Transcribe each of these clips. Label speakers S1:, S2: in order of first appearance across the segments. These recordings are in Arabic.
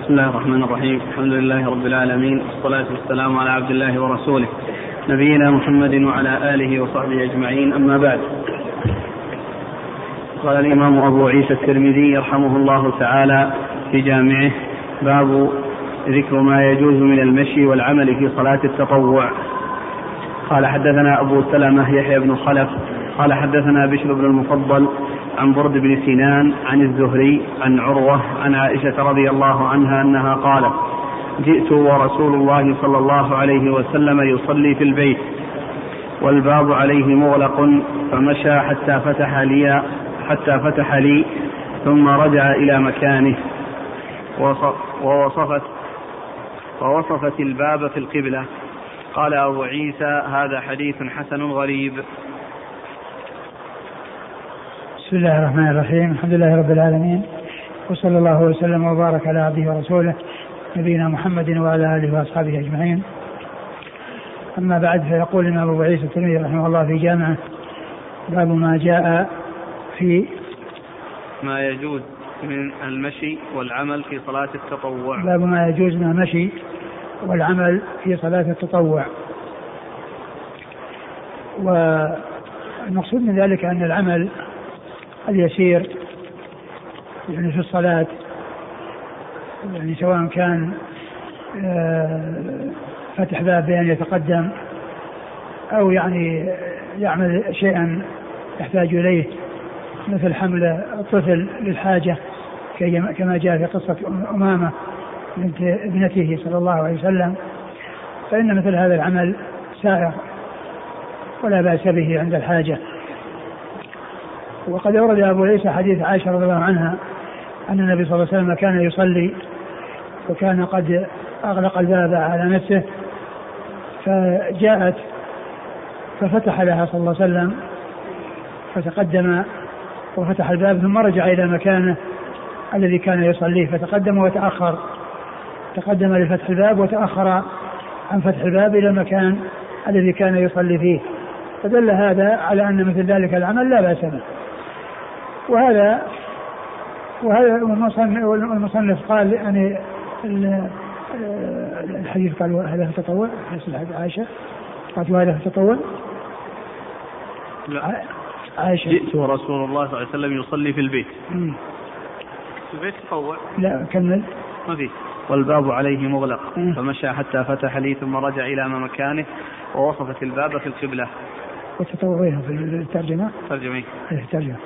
S1: بسم الله الرحمن الرحيم. الحمد لله رب العالمين، والصلاة والسلام على عبد الله ورسوله نبينا محمد وعلى آله وصحبه أجمعين، أما بعد. قال الإمام أبو عيسى الترمذي يرحمه الله تعالى في جامعه: باب ذكر ما يجوز من المشي والعمل في صلاة التطوع. قال حدثنا أبو سلمة يحيى بن خلف قال حدثنا بشر بن المفضل عن برد بن سنان عن الزهري عن عروة عن عائشة رضي الله عنها أنها قالت: جئت ورسول الله صلى الله عليه وسلم يصلي في البيت والباب عليه مغلق، فمشى حتى فتح لي ثم رجع إلى مكانه ووصفت الباب في القبلة. قال أبو عيسى: هذا حديث حسن غريب.
S2: بسم الله الرحمن الرحيم. الحمد لله رب العالمين، وصلى الله وسلم وبارك على عبده ورسوله نبينا محمد وعلى آله وأصحابه أجمعين. أما بعد، فيقول الإمام أبو عيسى الترمذي رحمه الله في جامعه: باب ما جاء في
S1: ما يجوز من المشي والعمل في صلاة التطوع.
S2: باب ما يجوز من المشي والعمل في صلاة التطوع. والمقصود من ذلك أن العمل اليسير يعني في الصلاة، يعني سواء كان فتح باب بأن يتقدم أو يعني يعمل شيئا يحتاج إليه، مثل حمل الطفل للحاجة كما جاء في قصة أمامة بنت ابنته صلى الله عليه وسلم، فإن مثل هذا العمل سائغ ولا بأس به عند الحاجة. وقد أورد أبو عيسى حديث عائشة رضي الله عنها أن النبي صلى الله عليه وسلم كان يصلي وكان قد أغلق الباب على نفسه، فجاءت ففتح لها صلى الله عليه وسلم فتقدم وفتح الباب، ثم رجع إلى مكانه الذي كان يصليه، فتقدم وتأخر، تقدم لفتح الباب وتأخر عن فتح الباب إلى المكان الذي كان يصلي فيه، فدل هذا على أن مثل ذلك العمل لا بأس به. وهذا المصنف قال يعني الحديث قال هذا في التطوع، حديث عائشة قالت هذا في التطوع.
S1: عائشة: جئت ورسول الله صلى الله عليه وسلم يصلي في البيت. في البيت تطوع؟ لا كمل. ما فيه. والباب عليه مغلق، فمشى حتى فتح لي ثم رجع إلى مكانه ووصفت الباب في القبلة.
S2: والتطوعين في الترجمة. الترجمة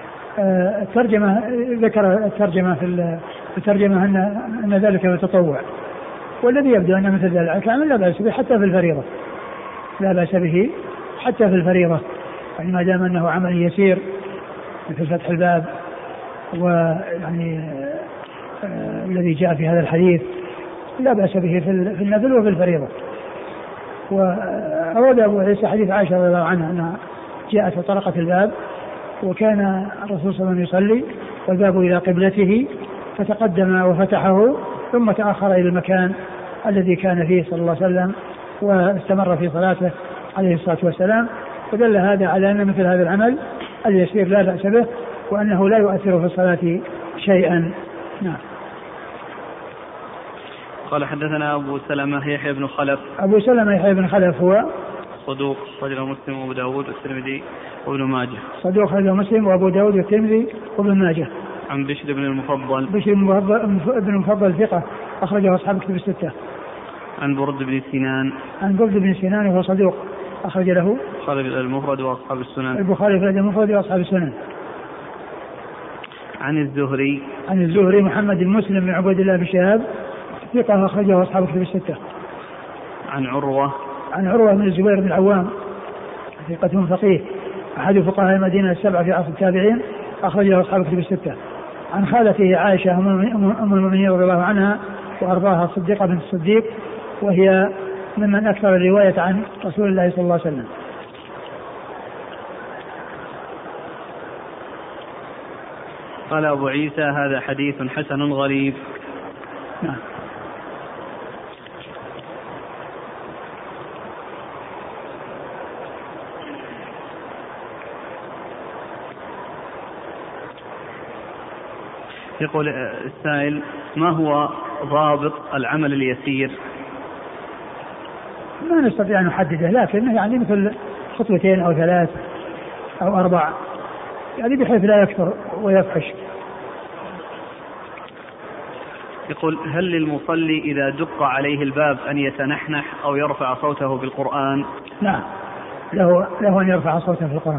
S2: ذكر الترجمة في الترجمة أن ذلك في التطوع، والذي يبدو أن مثل ذلك العمل لا بأس به حتى في الفريضة، لا بأس به حتى في الفريضة، يعني ما دام أنه عمل يسير مثل فتح الباب ويعني الذي جاء في هذا الحديث لا بأس به في النفل وفي الفريضة. وأورد أبو عيسى حديث عائشة رضي الله عنها أنها جاءت وطرقت الباب وكان الرسول صلى الله عليه وسلم يصلي والباب إلى قبلته، فتقدم وفتحه ثم تأخر إلى المكان الذي كان فيه صلى الله عليه وسلم واستمر في صلاته عليه الصلاة والسلام، فدل هذا على أن مثل هذا العمل اليسير لا بأس به وأنه لا يؤثر في الصلاة شيئا. نعم.
S1: قال حدثنا أبو سلمة يحيى بن خلف.
S2: أبو سلمة يحيى بن خلف هو
S1: صدوق، رجل مسلم وأبو داود والترمذي وابن ماجه.
S2: صدوق رجل مسلم وأبو داود والترمذي وابن ماجه.
S1: عن بشر بن المفضل.
S2: بشر بن المفضل ثقة أخرجه أصحاب كتب الستة.
S1: عن برد بن سنان.
S2: عن برد بن سنان وهو صدوق أخرج له
S1: البخاري المفرد وأصحاب السنن.
S2: البخاري في المفرد وأصحاب السنن.
S1: عن الزهري.
S2: عن الزهري محمد بن مسلم بن عبيد الله بن شهاب ثقة أخرجه أصحاب كتب الستة.
S1: عن عروة.
S2: عن عروة بن الزبير بن العوام ثقة فقيه أحد فقهاء المدينة السبعة في عصر التابعين أخرجه أصحاب كتب الستة. عن خالته عائشة أم المؤمنين رضي الله عنها وأرضاها الصديقة بنت الصديق، وهي ممن أكثر الرواية عن رسول الله صلى الله عليه وسلم.
S1: قال أبو عيسى: هذا حديث حسن غريب.
S2: نعم.
S1: يقول السائل: ما هو ضابط العمل اليسير؟
S2: ما نستطيع أن نحدده، لكن يعني مثل خطوتين أو 3 أو 4 يعني بحيث لا يكثر ويفحش.
S1: يقول: هل للمصلي إذا دق عليه الباب أن يتنحنح أو يرفع صوته بالقرآن؟
S2: نعم، له أن يرفع صوته في القرآن.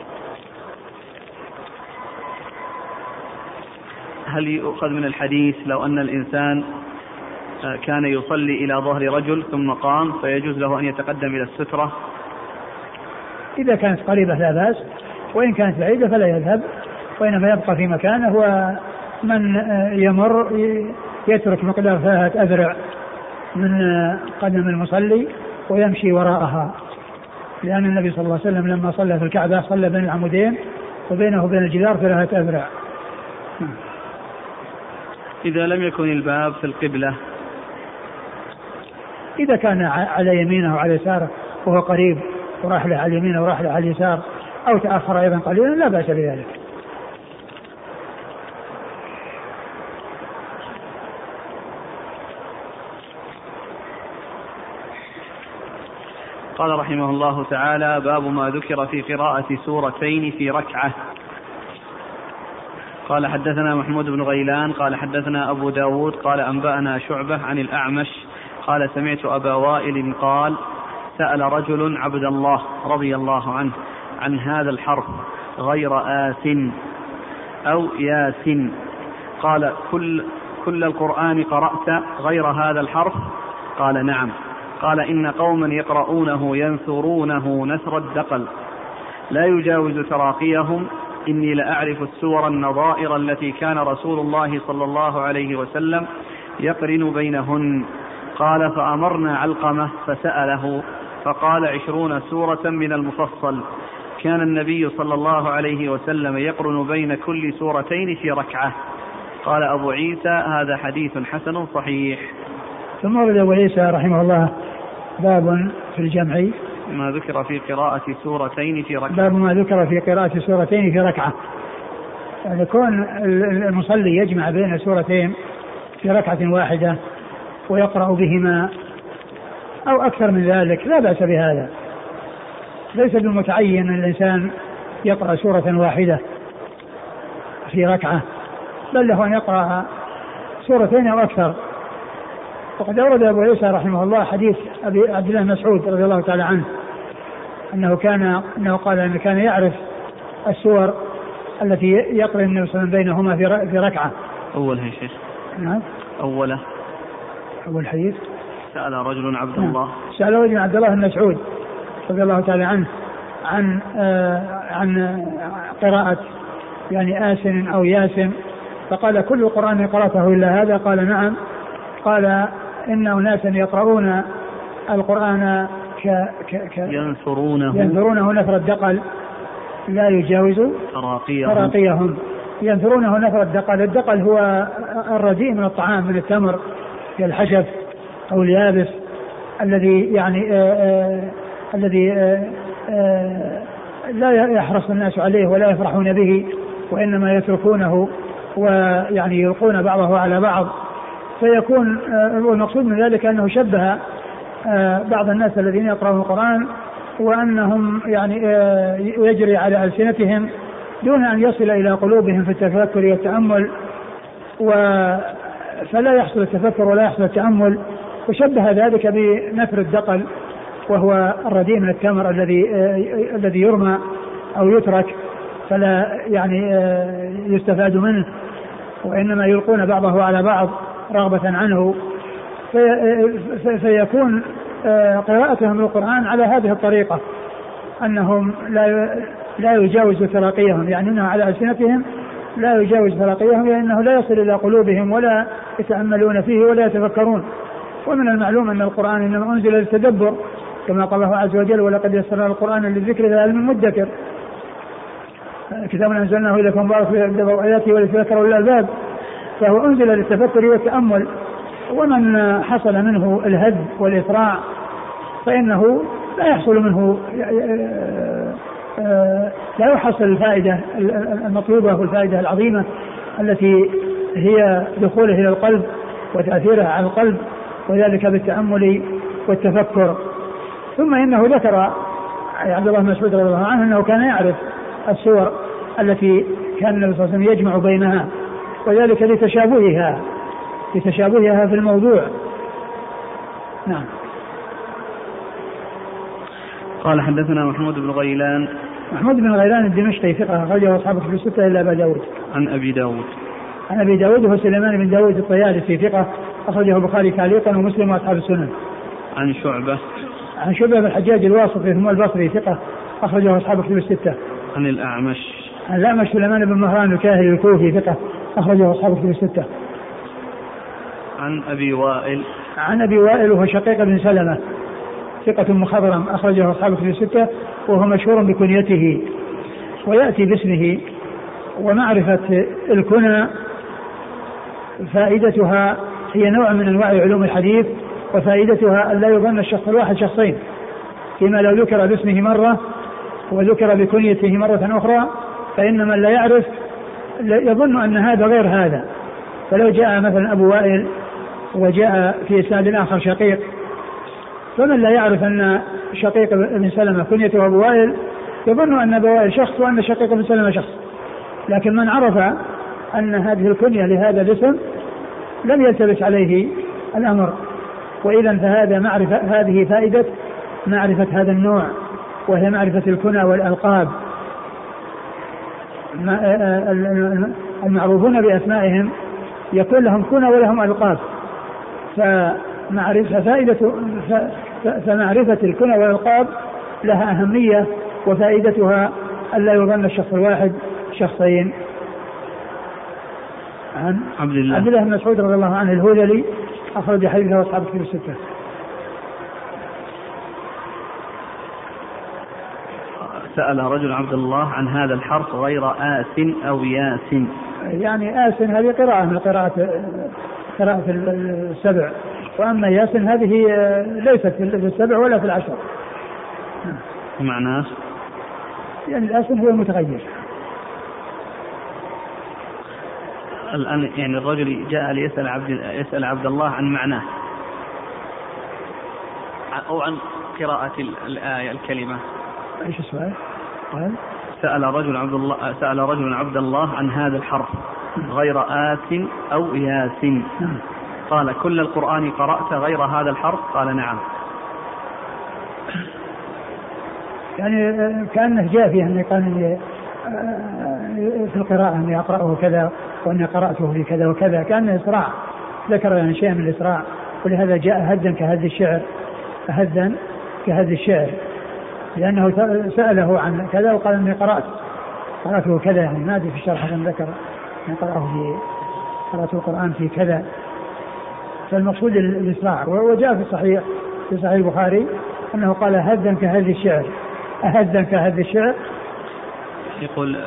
S1: هل يؤخذ من الحديث لو أن الإنسان كان يصلي إلى ظهر رجل ثم قام فيجوز له أن يتقدم إلى السترة؟
S2: إذا كانت قريبة لا بأس، وإن كانت بعيدة فلا يذهب، وإنما يبقى في مكانه، ومن يمر يترك مقدار 3 أذرع من قدم المصلي ويمشي وراءها، لأن النبي صلى الله عليه وسلم لما صلى في الكعبة صلى بين العمودين وبينه وبين الجدار 3 أذرع.
S1: إذا لم يكن الباب في القبلة،
S2: إذا كان على يمينه وعلى يساره وهو قريب ورحله على اليمين ورحله على اليسار أو تأخر أيضا قليلا لا بأس بذلك.
S1: قال رحمه الله تعالى: باب ما ذكر في قراءة سورتين في ركعة. قال: حدثنا محمود بن غيلان قال حدثنا أبو داود قال أنبأنا شعبة عن الأعمش قال: سمعت أبا وائل قال: سأل رجل عبد الله رضي الله عنه عن هذا الحرف غير آس أو ياس، قال: كل القرآن قرأت غير هذا الحرف؟ قال: نعم. قال: إن قوما يقرؤونه ينثرونه نثر الدقل لا يجاوز تراقيهم، إني لأعرف السور النظائر التي كان رسول الله صلى الله عليه وسلم يقرن بينهن. قال: فأمرنا علقمة فسأله فقال: 20 سورة من المفصل. كان النبي صلى الله عليه وسلم يقرن بين كل سورتين في ركعة. قال أبو عيسى: هذا حديث حسن صحيح.
S2: ثم ورد أبو عيسى رحمه الله باب في الجمع
S1: ما ذكر في قراءة سورتين في ركعة.
S2: باب ما ذكر في قراءة سورتين في ركعة، يعني كون المصلي يجمع بين سورتين في ركعة واحدة ويقرأ بهما أو أكثر من ذلك لا بأس بهذا، ليس بالمتعين أن الإنسان يقرأ سورة واحدة في ركعة، بل له أن يقرأ سورتين أو أكثر. وقد أورد أبو عيسى رحمه الله حديث أبي عبد الله مسعود رضي الله تعالى عنه أنه قال أنه كان يعرف السور التي يقرأ النبي صلى الله عليه وسلم بينهما في ركعة.
S1: أولها يا شيخ.
S2: نعم. أول حديث
S1: سأل رجل عبد الله
S2: سأل رجل عبد الله بن مسعود رضي الله تعالى عنه عن قراءة يعني آسن أو ياسن، فقال: كل القرآن قرأته إلا هذا؟ قال: نعم. قال: إن أناسا يقرؤون القرآن ينثرونه نثر الدقل لا يجاوز تراقيهم. ينثرونه نثر الدقل. الدقل هو الرديء من الطعام، من التمر كالحشف أو اليابس الذي يعني الذي لا يحرص الناس عليه ولا يفرحون به، وإنما يتركونه ويعني يلقون بعضه على بعض، فيكون المقصود من ذلك أنه شبه بعض الناس الذين يقرؤون القرآن وأنهم يعني يجري على ألسنتهم دون أن يصل إلى قلوبهم في التفكر والتأمل، فلا يحصل التفكر ولا يحصل التأمل، وشبه ذلك بنثر الدقل وهو الرديء من التمر الذي يرمى أو يترك فلا يعني يستفاد منه، وإنما يلقون بعضه على بعض رغبة عنه، فيكون قراءتهم للقرآن على هذه الطريقة، أنهم لا يجاوز تراقيهم، يعني أنه على ألسنتهم لا يجاوز تراقيهم، لأنه لا يصل إلى قلوبهم ولا يتأملون فيه ولا يتفكرون. ومن المعلوم أن القرآن إنما أنزل للتدبر، كما قال الله عز وجل: ولقد يسرنا القرآن للذكر فهل من مدكر. كتاب أنزلناه إليكم مبارك ليدبروا آياته وليتذكروا أولو الألباب، فهو أنزل للتفكر والتأمل. ومن حصل منه الهد والإسراع فإنه لا يحصل منه لا يحصل الفائدة المطلوبة والفائدة العظيمة التي هي دخوله إلى القلب وتأثيره على القلب، وذلك بالتأمل والتفكر. ثم إنه ذكر عبد الله بن مسعود رضي الله عنه أنه كان يعرف السور التي كان النبي صلى الله عليه وسلم يجمع بينها، وذلك لتشابهها في الموضوع. نعم.
S1: قال حدثنا محمود بن غيلان.
S2: محمود بن غيلان الدمشقي ثقة أخرجه أصحاب الكتب الستة إلا أبا داود.
S1: عن أبي داود.
S2: عن أبي داود هو سليمان بن داود الطيالسي ثقة أخرجه البخاري تعليقا ومسلم وأصحاب السنن.
S1: عن شعبة.
S2: عن شعبة بن الحجاج الواسطي ثم البصري ثقة أخرجه أصحاب الكتب الستة.
S1: عن الأعمش.
S2: عن الأعمش سليمان بن مهران الكاهلي الكوفي ثقة أخرجه أصحاب الكتب الستة.
S1: عن أبي وائل.
S2: عن أبي وائل وهو شقيق بن سلمة ثقة مخضرم أخرجه أصحاب الكتب الستة، وهو مشهور بكنيته ويأتي باسمه. ومعرفة الكنى فائدتها هي نوع من أنواع علوم الحديث، وفائدتها أن لا يظن الشخص الواحد شخصين، فيما لو ذكر باسمه مرة وذكر بكنيته مرة أخرى فإن من لا يعرف يظن أن هذا غير هذا. فلو جاء مثلا أبو وائل وجاء في إسناد آخر شقيق، فمن لا يعرف أن شقيق بن سلمة كنيته أبو وائل يظن أن أبو وائل شخص وأن شقيق بن سلمة شخص. لكن من عرف أن هذه الكنية لهذا الاسم لم يلتبس عليه الأمر. وإذا فهذا هذه فائدة معرفة هذا النوع، وهي معرفة الكنى والألقاب. المعروفون بأسمائهم يكون لهم كنى ولهم ألقاب، فمعرفة الكنى والألقاب لها أهمية، وفائدتها ألا يظن الشخص الواحد شخصين. عن عبد الله بن مسعود رضي الله عنه الهذلي أخرج حديثه أصحاب الكتب الستة.
S1: سأل رجل عبد الله عن هذا الحرف غير آس أو ياس.
S2: يعني آس هذه قراءة من قراءة السبع، وأما ياس هذه ليست في السبع ولا في العشر.
S1: معناه
S2: يعني الآس هو المتغير.
S1: الآن يعني الرجل جاء ليسأل عبد الله عن معناه أو عن قراءة الآية الكلمة.
S2: ايش السؤال؟
S1: سأل رجل عبد الله عن هذا الحرف غير آس أو ياس. قال كل القرآن قرأت غير هذا الحرف؟ قال نعم.
S2: يعني كأنه جاء فيه أنه كان في القراءة أني أقرأه كذا وأني قرأته في كذا وكذا، كأنه إسراع، ذكر يعني شيء من الإسراع، ولهذا جاء هدا كهذا الشعر، لأنه سأله عن كذا وقال أني قرأته كذا، يعني ما أدري في الشرح أن ذكر أن قرأت القرآن في كذا، فالمقصود الإسراع. وجاء في صحيح البخاري أنه قال هدا كهذا الشعر
S1: يقول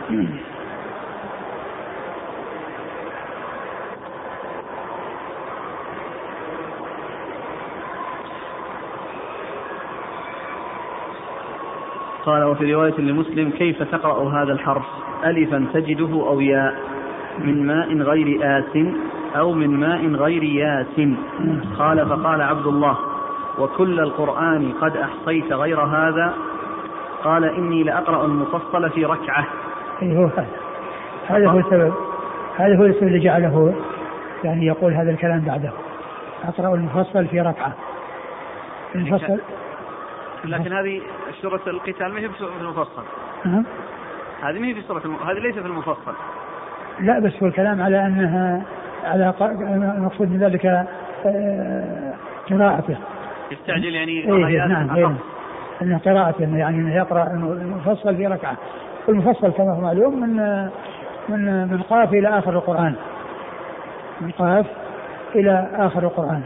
S1: قال وفي رواية لمسلم كيف تقرأ هذا الحرف ألفا تجده أو ياء من ماء غير آس أو من ماء غير ياس. قال فقال عبد الله وكل القرآن قد أحصيت غير هذا؟ قال إني لأقرأ المفصل في ركعة.
S2: هذا هو السبب اللي جعله يعني يقول هذا الكلام بعده، أقرأ المفصل في ركعة. المفصل
S1: لكن هذه سورة القتال ما هي في المفصل. هذه ما هي في سورة هذه ليس في المفصل.
S2: لا بس هو الكلام على أنها على المقصود من ذلك قراءته.
S1: يستعجل يعني.
S2: نعم. أن قراءته يعني أنه يقرأ المفصل في ركعة. المفصل كما هو معلوم من قاف إلى آخر القرآن. من قاف إلى آخر القرآن.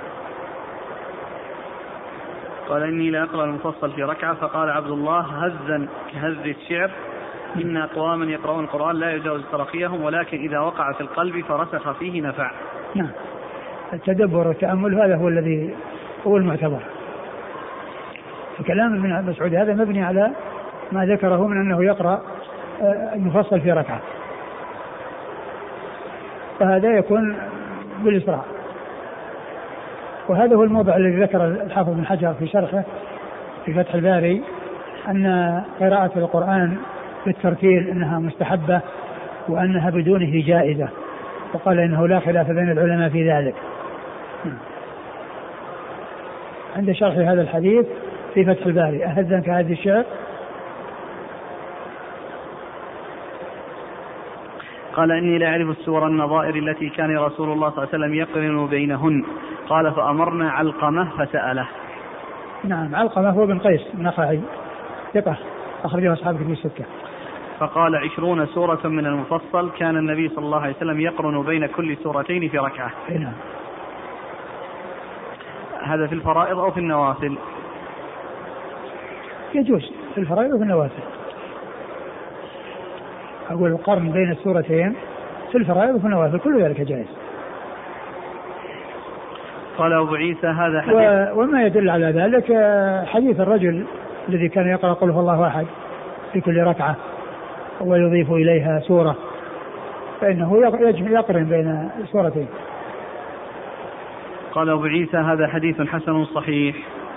S1: قال إني لا أقرأ المفصل في ركعة. فقال عبد الله هزا كهز الشعر إن أقواما يقرؤون القرآن لا يجاوز ترقيهم ولكن إذا وقع في القلب فرسخ فيه نفع.
S2: نعم. التدبر والتأمل هذا هو الذي هو المعتبر. الكلام ابن مسعود هذا مبني على ما ذكره من أنه يقرأ المفصل في ركعة، فهذا يكون بالإسراء وهذا هو الموضع الذي ذكر الحافظ بن حجر في شرحه في فتح الباري أن قراءة القرآن بالترتيل أنها مستحبة وأنها بدونه جائزة، وقال إنه لا خلاف بين العلماء في ذلك. عند شرح هذا الحديث في فتح الباري أهذن كهذه الشعر.
S1: قال إني لا أعرف السور النظائر التي كان رسول الله صلى الله عليه وسلم يقرن بينهن. قال فأمرنا علقمة فسأله.
S2: نعم علقمة هو بن قيس النخعي ثقة أخرجه أصحاب كتب الستة.
S1: فقال 20 سورة من المفصل كان النبي صلى الله عليه وسلم يقرن بين كل سورتين في ركعة.
S2: نعم.
S1: هذا في الفرائض أو في النوافل؟
S2: يجوز في الفرائض وفي النوافل. أقول القرن بين السورتين في الفرائض وفي النوافل كل ذلك جائز.
S1: قال أبو عيسى هذا حديث.
S2: وما يدل على ذلك حديث الرجل الذي كان يقرأ قل هو الله أحد في كل ركعة ويضيف إليها سورة، فإنه يقرن بين السورتين.
S1: قال أبو عيسى هذا حديث حسن صحيح.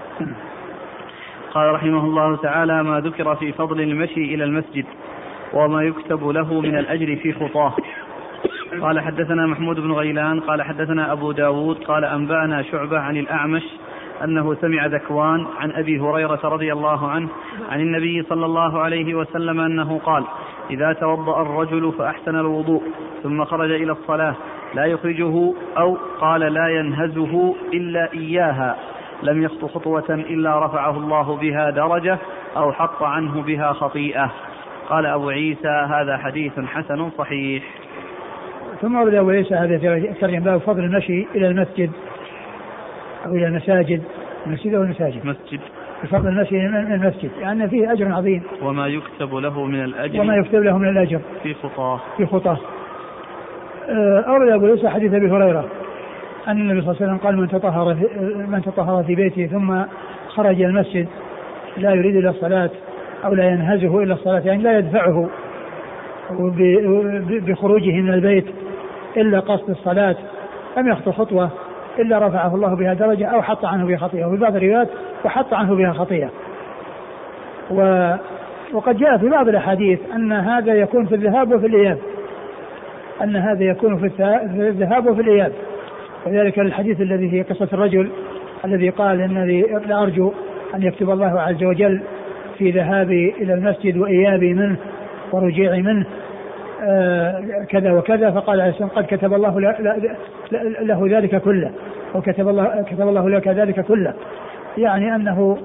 S1: قال رحمه الله تعالى ما ذكر في فضل المشي إلى المسجد وما يكتب له من الأجر في خطاه. قال حدثنا محمود بن غيلان قال حدثنا أبو داود قال أنبأنا شعبة عن الأعمش أنه سمع ذكوان عن أبي هريرة رضي الله عنه عن النبي صلى الله عليه وسلم أنه قال إذا توضأ الرجل فأحسن الوضوء ثم خرج إلى الصلاة لا يخرجه أو قال لا ينهزه إلا إياها لم يخط خطوة إلا رفعه الله بها درجة أو حط عنه بها خطيئة. قال أبو عيسى هذا حديث حسن صحيح.
S2: ثم أبدا أبو عيسى هذا ترجم باب فضل المشي إلى المسجد أو إلى المساجد. المسجد أو المساجد
S1: مسجد.
S2: بفضل المشي إلى المسجد لأن فيه أجر عظيم
S1: وما يكتب له من الأجر
S2: في خطاه. أورد أبو عيسى حديث أبي هريرة أن النبي صلى الله عليه وسلم قال من تطهر في بيته ثم خرج المسجد لا يريد إلى الصلاة أو لا ينهزه إلى الصلاة يعني لا يدفعه بخروجه من البيت إلا قصد الصلاة لم يخطو خطوة إلا رفعه الله بها درجة أو حط عنه بها خطيئة وفي بعض الروايات وحط عنه بها خطيئة. وقد جاء في بعض الأحاديث أن هذا يكون في الذهاب وفي الإياب وذلك الحديث الذي في قصة الرجل الذي قال إنني لا أرجو أن يكتب الله عز وجل في ذهابي إلى المسجد وإيابي منه ورجيعي منه كذا وكذا، فقال عليه السلام قد كتب الله له ذلك كله وكتب الله لك ذلك كله، يعني أنه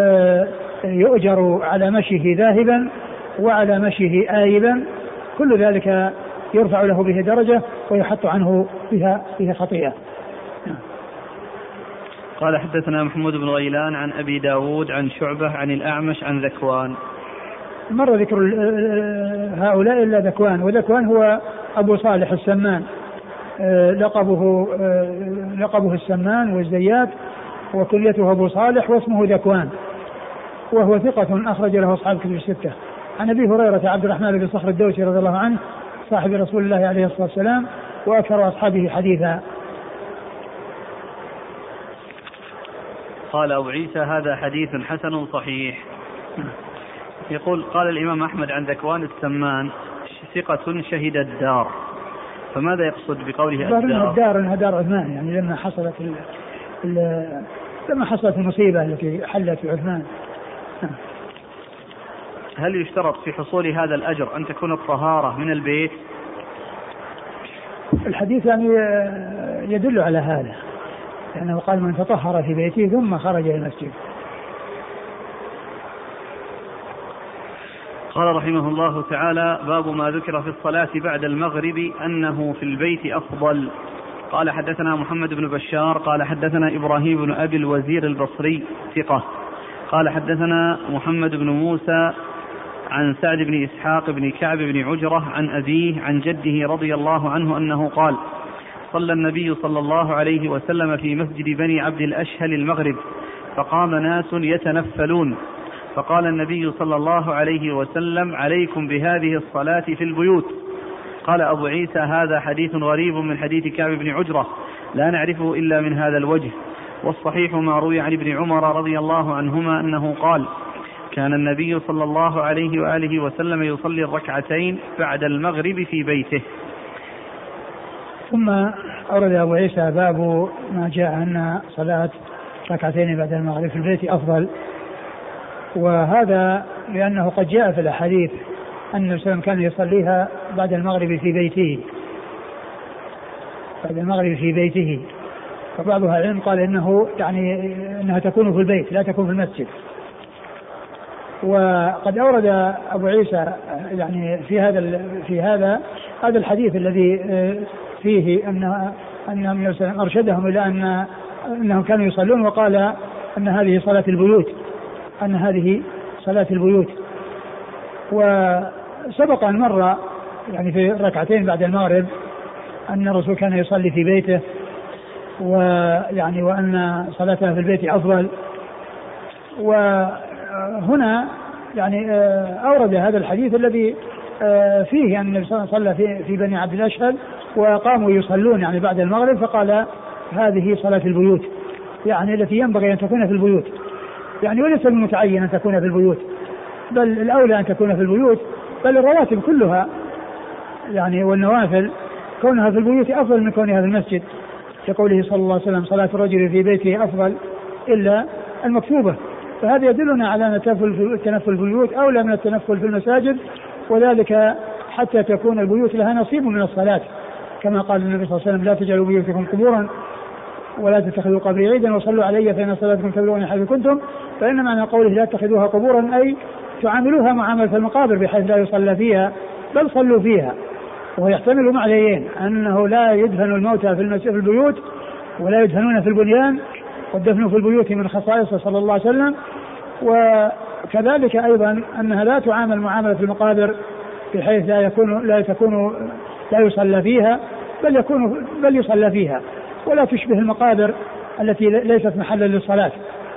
S2: يؤجر على مشيه ذاهبا وعلى مشيه آيبا كل ذلك يرفع له به درجة ويحط عنه بها خطيئة.
S1: قال حدثنا محمود بن غيلان عن أبي داود عن شعبة عن الأعمش عن ذكوان.
S2: مر ذكر هؤلاء إلا ذكوان، وذكوان هو أبو صالح السمان، لقبه السمان والزيات وكليته أبو صالح واسمه ذكوان، وهو ثقة أخرج له أصحاب كتب الستة. عن أبي هريرة عبد الرحمن بن صخر الدوسي رضي الله عنه صاحب رسول الله عليه الصلاة والسلام وأكثر أصحابه حديثا.
S1: قال أبو عيسى هذا حديث حسن صحيح. يقول قال الإمام أحمد عن ذكوان السمان ثقة شهد الدار، فماذا يقصد بقوله
S2: الدار؟ إنها دار عثمان، يعني لما حصلت المصيبة التي حلت في عثمان.
S1: هل يشترط في حصول هذا الأجر أن تكون الطهارة من البيت؟
S2: الحديث يعني يدل على هذا، لأنه قال من تطهر في بيته ثم خرج إلى المسجد.
S1: قال رحمه الله تعالى باب ما ذكر في الصلاة بعد المغرب أنه في البيت أفضل. قال حدثنا محمد بن بشار قال حدثنا إبراهيم بن أبي الوزير البصري ثقة قال حدثنا محمد بن موسى عن سعد بن إسحاق بن كعب بن عجرة عن أبيه عن جده رضي الله عنه أنه قال صلى النبي صلى الله عليه وسلم في مسجد بني عبد الأشهل المغرب فقام ناس يتنفلون فقال النبي صلى الله عليه وسلم عليكم بهذه الصلاة في البيوت. قال أبو عيسى هذا حديث غريب من حديث كعب بن عجرة لا نعرفه إلا من هذا الوجه، والصحيح ما روي عن ابن عمر رضي الله عنهما أنه قال: كان النبي صلى الله عليه وآله وسلم يصلي الركعتين بعد المغرب في بيته.
S2: ثم أورد أبو عيسى باب ما جاء أن صلاة ركعتين بعد المغرب في البيت أفضل، وهذا لأنه قد جاء في الأحاديث أن النبي صلى الله عليه وسلم كان يصليها بعد المغرب في بيته، بعد المغرب في بيته. فبعض أهل العلم قال إنها تكون في البيت لا تكون في المسجد. وقد أورد أبو عيسى يعني في هذا الحديث الذي فيه أن النبي صلى الله عليه وسلم أرشدهم إلى أنهم كانوا يصلون، وقال أن هذه صلاة البيوت، أن هذه صلاة البيوت. وسبق أن مر يعني في ركعتين بعد المغرب أن الرسول كان يصلي في بيته، وأن صلاتها في البيت أفضل. وهنا يعني أورد هذا الحديث الذي فيه أن النبي صلى الله عليه وسلم في بني عبد الأشهل وقاموا يصلون يعني بعد المغرب، فقال هذه صلاة البيوت، يعني التي ينبغي أن تكون في البيوت، يعني وليس المتعين أن تكون في البيوت، بل الأولى أن تكون في البيوت، بل الرواتب كلها يعني والنوافل كونها في البيوت أفضل من كونها في المسجد، كقوله صلى الله عليه وسلم: صلاة الرجل في بيته أفضل إلا المكتوبة. فهذا يدلنا على أن التنفل في البيوت أولى من التنفل في المساجد، وذلك حتى تكون البيوت لها نصيب من الصلاة، كما قال النبي صلى الله عليه وسلم: لا تجعلوا بيوتكم قبورا ولا تتخذوا قبري عيدا وصلوا علي فإن صلاتكم تبلغني حيث كنتم. فإن معنى قوله لا تتخذوها قبورا أي تعاملوها معاملة المقابر بحيث لا يصلى فيها بل صلوا فيها. ويحتمل معنيين: أنه لا يدفن الموتى في البيوت ولا يدفنون في البنيان، والدفن في البيوت من خصائصه صلى الله عليه وسلم. وكذلك أيضا أنها لا تعامل معاملة المقابر بحيث لا يصلى فيها بل يصلى فيها، ولا تشبه المقابر التي ليست محلا للصلاة.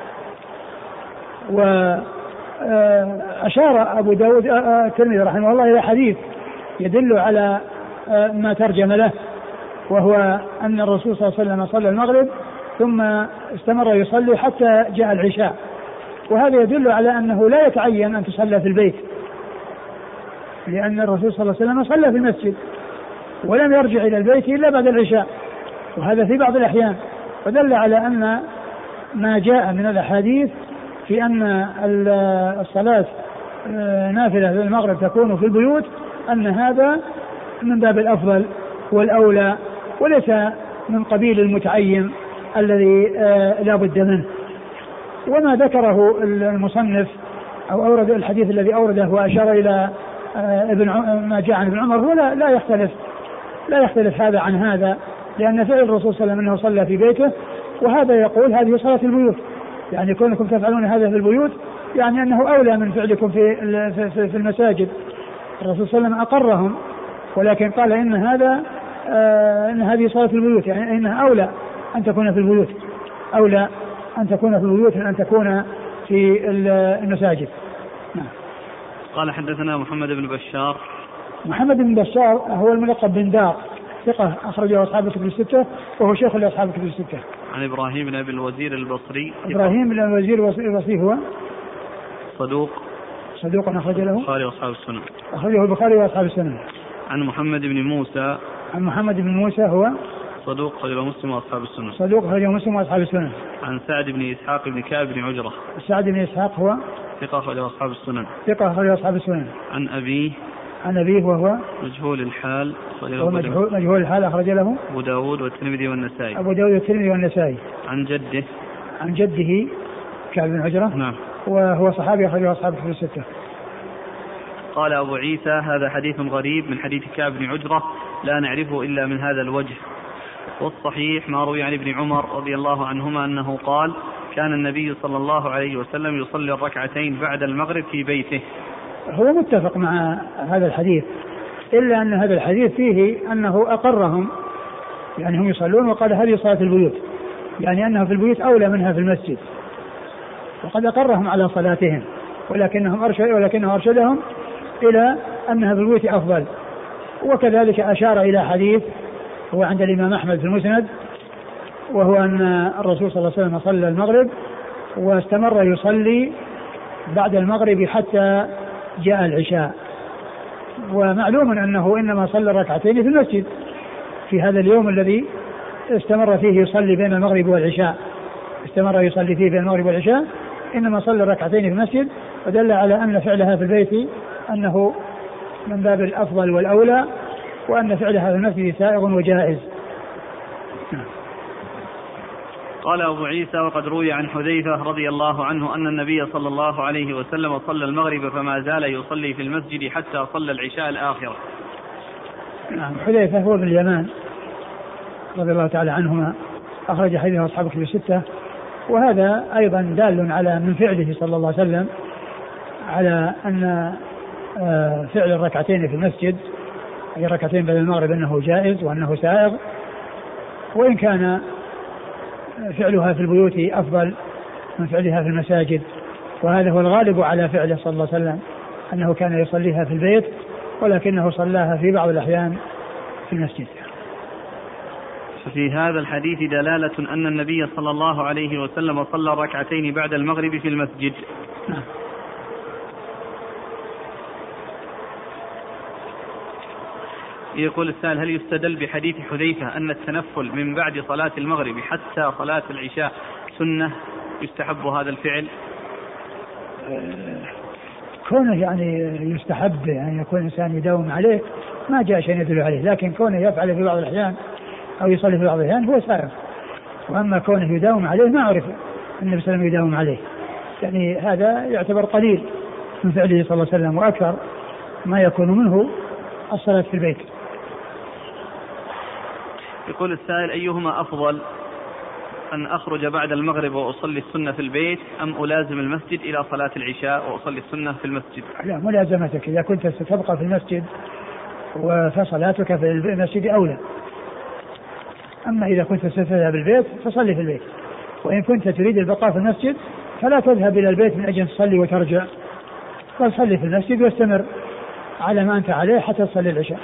S2: وأشار أبو داود الترمذي رحمه الله إلى حديث يدل على ما ترجم له، وهو أن الرسول صلى الله عليه وسلم صلى المغرب ثم استمر يصلي حتى جاء العشاء، وهذا يدل على أنه لا يتعين أن تصلى في البيت، لأن الرسول صلى الله عليه وسلم صلى في المسجد ولم يرجع إلى البيت إلا بعد العشاء، وهذا في بعض الأحيان. فدل على أن ما جاء من الأحاديث في أن الصلاة نافلة في المغرب تكون في البيوت أن هذا من باب الأفضل والأولى، وليس من قبيل المتعين الذي لا بد منه. وما ذكره المصنف أو أورد الحديث الذي أورده وأشار إلى ما جاء عن ابن عمر هو لا يختلف هذا عن هذا، لأن فعل الرسول صلى الله عليه وسلم أنه صلى في بيته، وهذا يقول هذه صلاة البيوت، يعني كونكم تفعلون هذا في البيوت يعني أنه أولى من فعلكم في المساجد. الرسول صلى الله عليه وسلم أقرهم، ولكن قال إن هذه صلاة البيوت، يعني إنها أولى أن تكون في البيوت، أولى أن تكون في البيوت من أن تكون في المساجد. نعم.
S1: قال حدثنا محمد بن بشار.
S2: محمد بن بشار هو الملقب بن دار، ثقة أخرجه أصحاب الكتب الستة وهو شيخ لأصحاب الكتب الستة.
S1: عن إبراهيم بن أبي الوزير البصري.
S2: إبراهيم بن الوزير البصري هو
S1: صدوق أخرج له البخاري وأصحاب السنن. أخرجه البخاري وأصحاب السنن. عن محمد بن موسى هو صدوق أخرجه مسلم وأصحاب السنن. عن سعد بن إسحاق بن كعب بن عجرة. سعد بن إسحاق هو ثقة أخرجه أصحاب السنن. عن أبيه وهو مجهول الحال أخرج له أبو داود والترمذي والنسائي. عن جده كعب بن عجرة. نعم. وهو صحابي أخرجه أصحاب الكتب الستة. قال أبو عيسى: هذا حديث غريب من حديث كعب بن عجرة لا نعرفه إلا من هذا الوجه. والصحيح ما روي عن ابن عمر رضي الله عنهما أنه قال: كان النبي صلى الله عليه وسلم يصلي الركعتين بعد المغرب في بيته. هو متفق مع هذا الحديث، إلا أن هذا الحديث فيه أنه أقرهم، يعني هم يصلون وقال هذه صلاة البيوت، يعني أنها في البيوت أولى منها في المسجد، وقد أقرهم على صلاتهم، ولكنه أرشدهم إلى أنها في البيوت أفضل. وكذلك أشار إلى حديث هو عند الإمام أحمد في المسند
S2: وهو أن الرسول صلى الله عليه وسلم صلى المغرب واستمر يصلي بعد المغرب حتى جاء العشاء. ومعلوم أنه إنما صلى ركعتين في المسجد في هذا اليوم الذي استمر فيه يصلي بين المغرب والعشاء، استمر يصلي فيه بين المغرب والعشاء، إنما صلى ركعتين في المسجد، ودل على أن فعلها في البيت أنه من باب الأفضل والأولى، وأن فعلها في المسجد سائغ وجائز.
S1: قال أبو عيسى: وقد روي عن حذيفة رضي الله عنه أن النبي صلى الله عليه وسلم صلى المغرب فما زال يصلي في المسجد حتى صلى العشاء الآخرة.
S2: نعم، حذيفة هو ابن اليمان رضي الله تعالى عنهما، أخرج حديثه أصحاب الكتب الستة. وهذا أيضا دال على من فعله صلى الله عليه وسلم على أن فعل الركعتين في المسجد، أي الركعتين بعد المغرب، أنه جائز وأنه سائغ، وإن كان فعلها في البيوت أفضل من فعلها في المساجد. وهذا هو الغالب على فعله صلى الله عليه وسلم، أنه كان يصليها في البيت، ولكنه صلاها في بعض الأحيان في المسجد.
S1: ففي هذا الحديث دلالة أن النبي صلى الله عليه وسلم صلى ركعتين بعد المغرب في المسجد. يقول السائل: هل يستدل بحديث حذيفة أن التنفل من بعد صلاة المغرب حتى صلاة العشاء سنة يستحب هذا الفعل؟
S2: كونه يعني يستحب يعني يكون الإنسان يداوم عليه، ما جاء شيء يدل عليه، لكن كونه يفعل في بعض الأحيان أو يصلي في بعض الأحيان هو سائر. وأما كونه يداوم عليه ما عرف النبي صلى الله عليه وسلم يداوم عليه، يعني هذا يعتبر قليل من فعله صلى الله عليه وسلم، وأكثر ما يكون منه الصلاة في البيت.
S1: يقول السائل: أيهما أفضل، أن أخرج بعد المغرب وأصلي السنة في البيت، أم ألازم المسجد إلى صلاة العشاء وأصلي السنة في المسجد؟
S2: لا، ملازمتك إذا كنت ستبقى في المسجد فصلاتك في المسجد أولى. أما إذا كنت ستذهب البيت فصلي في البيت، وإن كنت تريد البقاء في المسجد فلا تذهب إلى البيت من أجل تصلي وترجع، بل صلي في المسجد واستمر على ما أنت عليه حتى تصلي العشاء.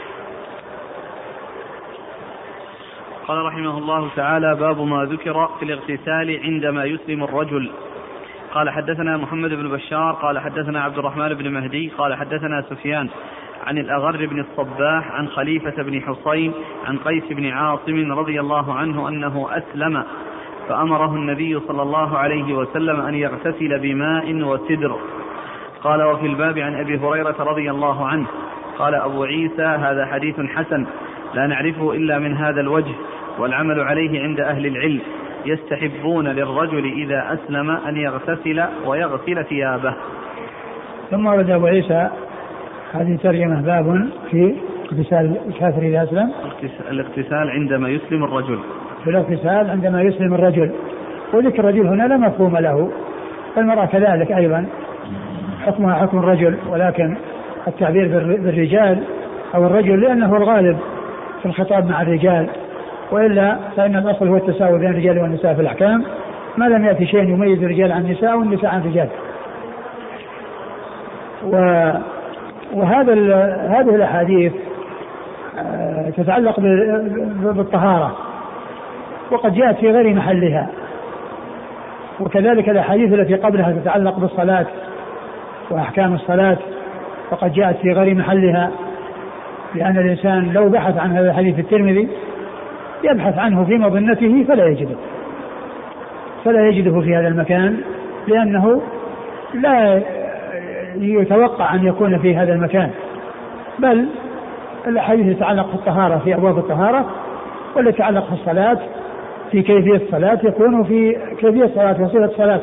S1: قال رحمه الله تعالى: باب ما ذكر في الاغتسال عندما يسلم الرجل. قال: حدثنا محمد بن بشار قال حدثنا عبد الرحمن بن مهدي قال حدثنا سفيان عن الأغر بن الصباح عن خليفة بن حصين عن قيس بن عاصم رضي الله عنه أنه أسلم، فأمره النبي صلى الله عليه وسلم أن يغتسل بماء وسدر. قال: وفي الباب عن أبي هريرة رضي الله عنه. قال أبو عيسى: هذا حديث حسن لا نعرفه إلا من هذا الوجه، والعمل عليه عند أهل العلم، يستحبون للرجل إذا أسلم أن يغتسل ويغسل ثيابه.
S2: ثم ورد أبو عيسى هذه ترجمة: باب في اغتسال الكافر إذا أسلم،
S1: الاغتسال عندما يسلم الرجل،
S2: في الاغتسال عندما يسلم الرجل. وذكر الرجل هنا لا مفهوم له، المرأة كذلك أيضا حكمها حكم الرجل، ولكن التعبير بالرجال أو الرجل لأنه الغالب في الخطاب مع الرجال، وإلا فإن الأصل هو التساوي بين الرجال والنساء في الأحكام، ما لم يأتي شيء يميز الرجال عن النساء والنساء عن الرجال. هذه الأحاديث تتعلق بالطهارة، وقد جاءت في غير محلها، وكذلك الأحاديث التي قبلها تتعلق بالصلاة وأحكام الصلاة، وقد جاءت في غير محلها، لأن الإنسان لو بحث عن هذا الحديث الترمذي يبحث عنه في مظنته فلا يجده في هذا المكان، لأنه لا يتوقع أن يكون في هذا المكان، بل الحديث يتعلق في الطهارة في أبواب الطهارة، والذي يتعلق في الصلاة في كيفية الصلاة يكون في كيفية الصلاة وصفة الصلاة.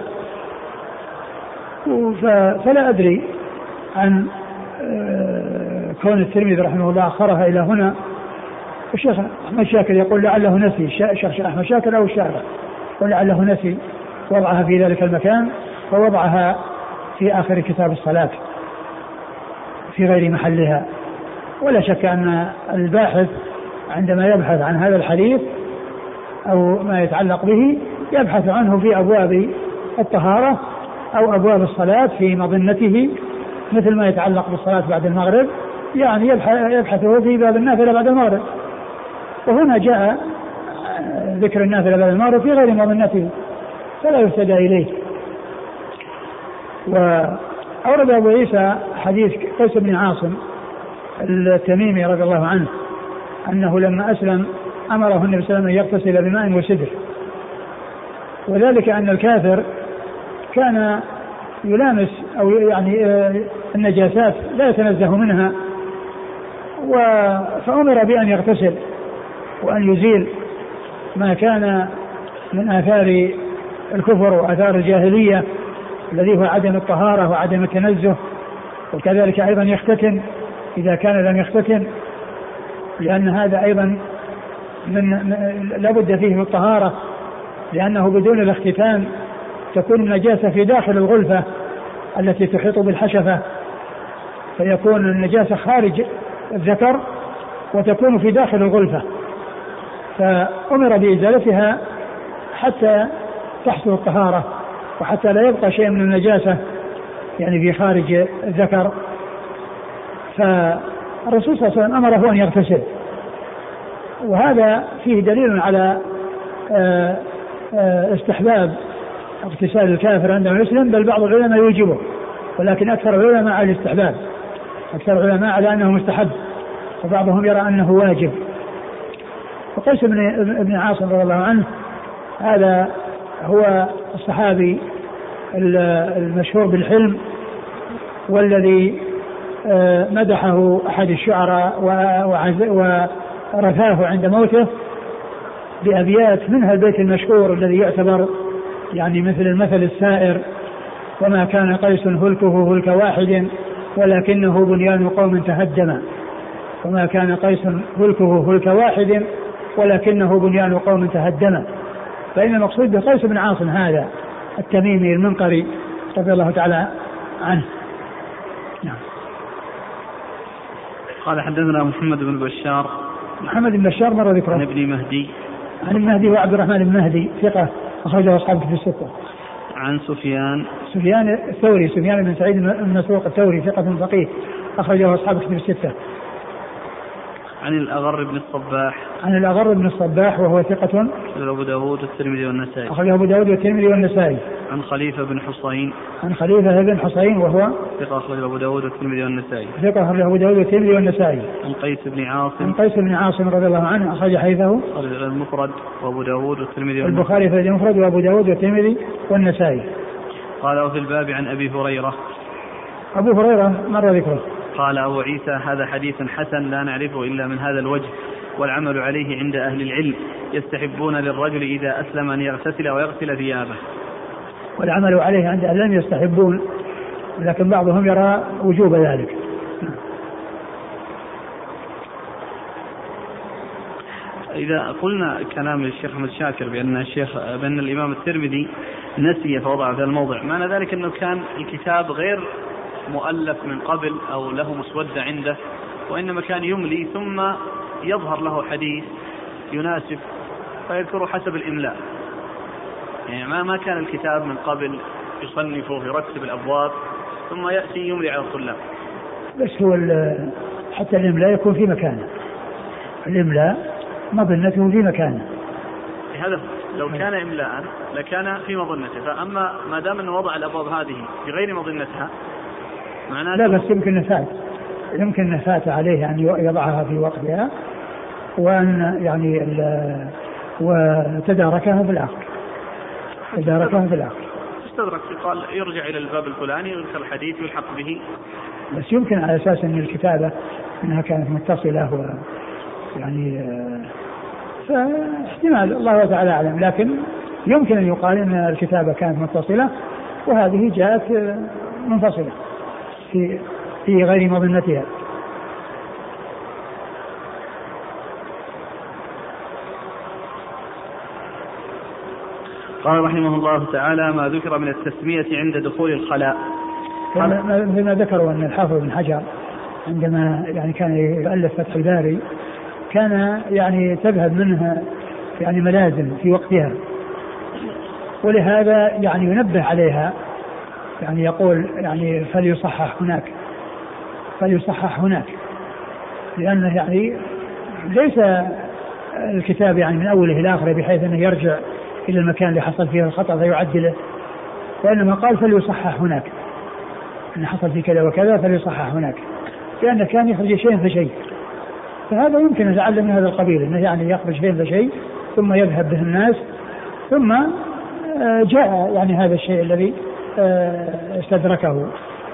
S2: فلا أدري عن كون الترمذي رحمه الله أخرها إلى هنا. الشيخ أحمد شاكر يقول لعله نسي، الشيخ أحمد شاكر أو الشارع يقول لعله نسي وضعها في ذلك المكان، فوضعها في آخر كتاب الصلاة في غير محلها. ولا شك أن الباحث عندما يبحث عن هذا الحديث أو ما يتعلق به يبحث عنه في أبواب الطهارة أو أبواب الصلاة في مظنته، مثل ما يتعلق بالصلاة بعد المغرب، يعني يبحثه في باب النافلة بعد المغرب. وهنا جاء ذكر النافلة بعد المعروف في غير مظنته فلا يهتدى إليه. وأورد أبو عيسى حديث قيس بن عاصم التميمي رضي الله عنه أنه لما أسلم أمره النبي صلى الله عليه وسلم أن يغتسل بماء وسدر، وذلك أن الكافر كان يلامس أو يعني النجاسات لا يتنزه منها، فأمر بأن يغتسل وأن يزيل ما كان من آثار الكفر وآثار الجاهلية الذي هو عدم الطهارة وعدم التنزه، وكذلك أيضا يختتن إذا كان لم يختتن، لأن هذا أيضا لا بد فيه من الطهارة، لأنه بدون الاختتان تكون النجاسة في داخل الغلفة التي تحيط بالحشفة، فيكون النجاسة خارج الذكر وتكون في داخل الغلفة، فأمر بإزالتها حتى تحصل الطهارة وحتى لا يبقى شيء من النجاسة يعني في خارج الذكر. فالرسول صلى الله عليه وسلم أمره أن يغتسل، وهذا فيه دليل على استحباب اغتسال الكافر عندما يسلم، بل بعض العلماء يوجبه، ولكن أكثر العلماء على الاستحباب، أكثر العلماء على أنه مستحب، وبعضهم يرى أنه واجب. وقيس بن عاصم رضي الله عنه هذا هو الصحابي المشهور بالحلم، والذي مدحه أحد الشعراء ورثاه عند موته بأبيات، منها البيت المشهور الذي يعتبر يعني مثل المثل السائر: وما كان قيس هلكه هلك واحد ولكنه بنيان قوم تهدم. وما كان قيس هلكه هلك واحد ولكنه بنيان قوم تهدم. فإن المقصود بقيس بن عاصم هذا التميمي المنقري رضي الله تعالى عنه. نعم.
S1: قال حدثنا محمد بن بشار.
S2: محمد بن بشار مر ذكره.
S1: عن ابن مهدي.
S2: عن المهدي وعبد الرحمن بن مهدي ثقة أخرجه أصحاب في الستة.
S1: عن
S2: سفيان الثوري، سفيان بن سعيد بن مسروق الثوري ثقة فقيه أخرجه أصحاب في الستة.
S1: عن الأغر بن الصباح.
S2: عن الأغر بن الصباح وهو ثقة
S1: أبو داود والترمذي والنسائي.
S2: أخرجه أبو داود والترمذي والنسائي.
S1: عن خليفة بن حصين.
S2: عن خليفة بن حصين وهو
S1: ثقة أخرجه أبو داود والترمذي والنسائي.
S2: ثقة أخرجه أبو داود والترمذي والنسائي.
S1: عن قيس بن عاصم.
S2: عن قيس بن عاصم رضي الله عنه أخرج حديثه
S1: المفرد وأبو داود والترمذي
S2: البخاري في المفرد وأبو داود والترمذي والنسائي.
S1: قال وفي الباب عن أبي هريرة.
S2: أبو هريرة مر ذكره.
S1: قال أبو عيسى هذا حديث حسن لا نعرفه إلا من هذا الوجه، والعمل عليه عند أهل العلم، يستحبون للرجل إذا أسلم أن يغتسل ويغسل ثيابه.
S2: والعمل عليه عند أهل العلم يستحبون، لكن بعضهم يرى وجوب ذلك.
S1: إذا قلنا كلام الشيخ أحمد شاكر بأن الإمام الترمذي نسي فوضع في الموضع، معنى ذلك أنه كان الكتاب غير مؤلف من قبل أو له مسودة عنده، وإنما كان يملي ثم يظهر له حديث يناسب فيذكره حسب الإملاء، يعني ما كان الكتاب من قبل يصنفه يرتب الأبواب ثم يأتي يملي على الطلاب.
S2: بس هو حتى الإملاء يكون في مكانه، الإملاء مظنته في مكانه.
S1: هذا لو كان إملاء لكان في مظنته، فأما ما دام أنه وضع الأبواب هذه في غير مظنتها معناه
S2: لا، بس يمكن نفات عليه أن يضعها في وقتها، وأن يعني وتداركها في العقل.
S1: استدرك قال يرجع إلى الباب الفلاني يذكر الحديث يلحق به،
S2: بس يمكن على أساس أن الكتابة أنها كانت متصلة يعني فاحتمال الله تعالى أعلم، لكن يمكن أن يقال أن الكتابة كانت متصلة وهذه جاءت منفصلة في غير مظنتها.
S1: قال رحمه الله تعالى ما ذكر من التسمية عند دخول الخلاء.
S2: ما ذكروا أن الحافظ بن حجر عندما يعني كان يؤلف فتح الباري كان يعني تذهب منها يعني ملازم في وقتها، ولهذا يعني ينبه عليها، يعني يقول يعني فليصحح هناك، لأنه يعني ليس الكتاب يعني من أوله إلى آخره بحيث أنه يرجع إلى المكان اللي حصل فيه الخطأ فيعدله، وإنما قال فليصحح هناك، أن حصل فيه كذا وكذا فليصحح هناك، لأنه كان يخرج شيء فشيء. فهذا يمكن أن يتعلم من هذا القبيل، أنه يعني يخرج شيء فشيء ثم يذهب به الناس، ثم جاء يعني هذا الشيء الذي استدركه.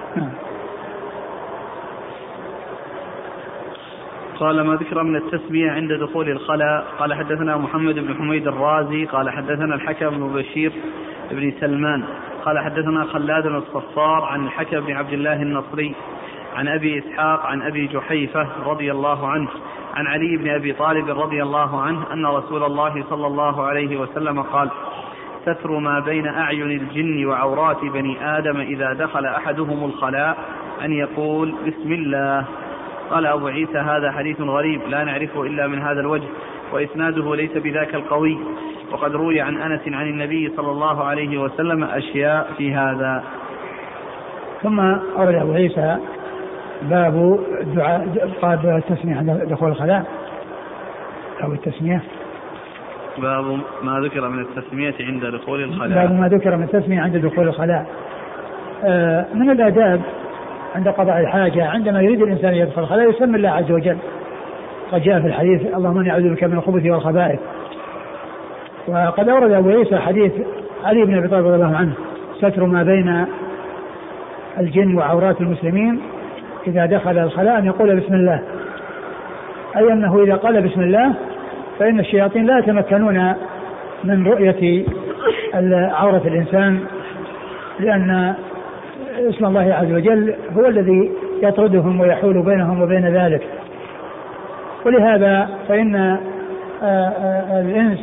S1: قال ما ذكر من التسمية عند دخول الخلاء. قال حدثنا محمد بن حميد الرازي قال حدثنا الحكم بن بشير بن سلمان قال حدثنا خلاد بن الصفار عن الحكم بن عبد الله النصري عن أبي إسحاق عن أبي جحيفة رضي الله عنه عن علي بن أبي طالب رضي الله عنه أن رسول الله صلى الله عليه وسلم قال ستر ما بين أعين الجن وعورات بني آدم إذا دخل أحدهم الخلاء أن يقول بسم الله. قال أبو عيسى هذا حديث غريب لا نعرفه إلا من هذا الوجه، وإسناده ليس بذاك القوي، وقد روي عن أنس عن النبي صلى الله عليه وسلم أشياء في هذا.
S2: ثم أورد أبو عيسى باب التسمية عند دخول الخلاء، أو التسمية،
S1: باب ما ذكر من التسمية عند دخول الخلاء.
S2: باب ما ذكر من التسمية عند دخول الخلاء. من الآداب عند قضاء الحاجة عندما يريد الإنسان يدخل الخلاء يسمي الله عز وجل، قد جاء في الحديث اللهم إني أعوذ بك من الخبث والخبائث. وقد أورد أبو عيسى حديث علي بن أبي طالب رضي الله عنه ستر ما بين الجن وعورات المسلمين إذا دخل الخلاء أن يقول بسم الله، أي أنه إذا قال بسم الله فإن الشياطين لا يتمكنون من رؤية عورة الإنسان، لأن اسم الله عز وجل هو الذي يطردهم ويحول بينهم وبين ذلك. ولهذا فإن الإنس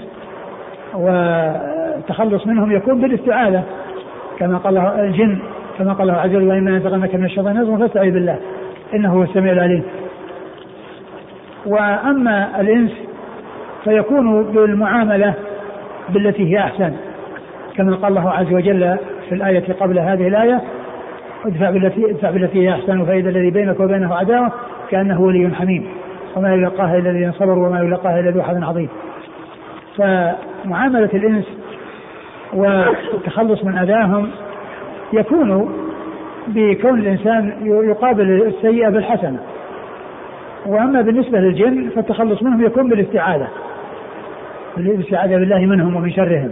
S2: والتخلص منهم يكون بالاستعاذة، كما قال الجن كما قال الله عز وجل وإما ينزغنك من الشيطان نزغ فاستعذ بالله إنه هو السميع العليم. وأما الإنس فيكون بالمعاملة بالتي هي أحسن، كما قال الله عز وجل في الآية قبل هذه الآية ادفع بالتي هي أحسن فإذا الذي بينك وبينه عداوة كأنه ولي حميم وما يلقاها إلا الذين صبروا وما يلقاها إلا ذو حظ عظيم. فمعاملة الإنس والتخلص من أذاهم يكون بكون الإنسان يقابل السيئة بالحسنة. وأما بالنسبة للجن فالتخلص منهم يكون بالاستعاذة بالله منهم ومن شرهم.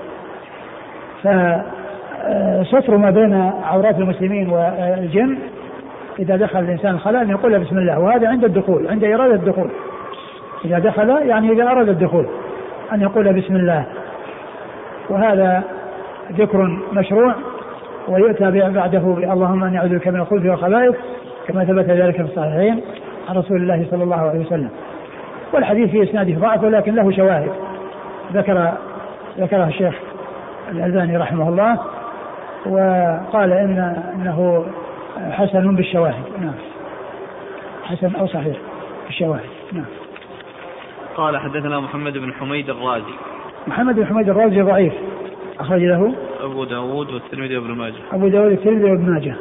S2: فستر ما بين عورات المسلمين والجن إذا دخل الإنسان الخلاء أن يقول بسم الله، وهذا عند الدخول، عند إرادة الدخول، إذا دخل يعني إذا أراد الدخول أن يقول بسم الله. وهذا ذكر مشروع، ويؤتى بعده اللهم إني أعوذ بك من الخبث والخبائث كما ثبت ذلك في الصحيحين عن رسول الله صلى الله عليه وسلم. والحديث في إسناده ضعف ولكن له شواهد ذكرها الشيخ الألباني رحمه الله، وقال إنه حسن بالشواهد. نعم، حسن أو صحيح بالشواهد. نعم.
S1: قال حدثنا محمد بن حميد الرازي.
S2: محمد بن حميد الرازي ضعيف، أخرج له
S1: أبو داود والترمذي وابن ماجه.
S2: أبو داود والترمذي وابن ماجه.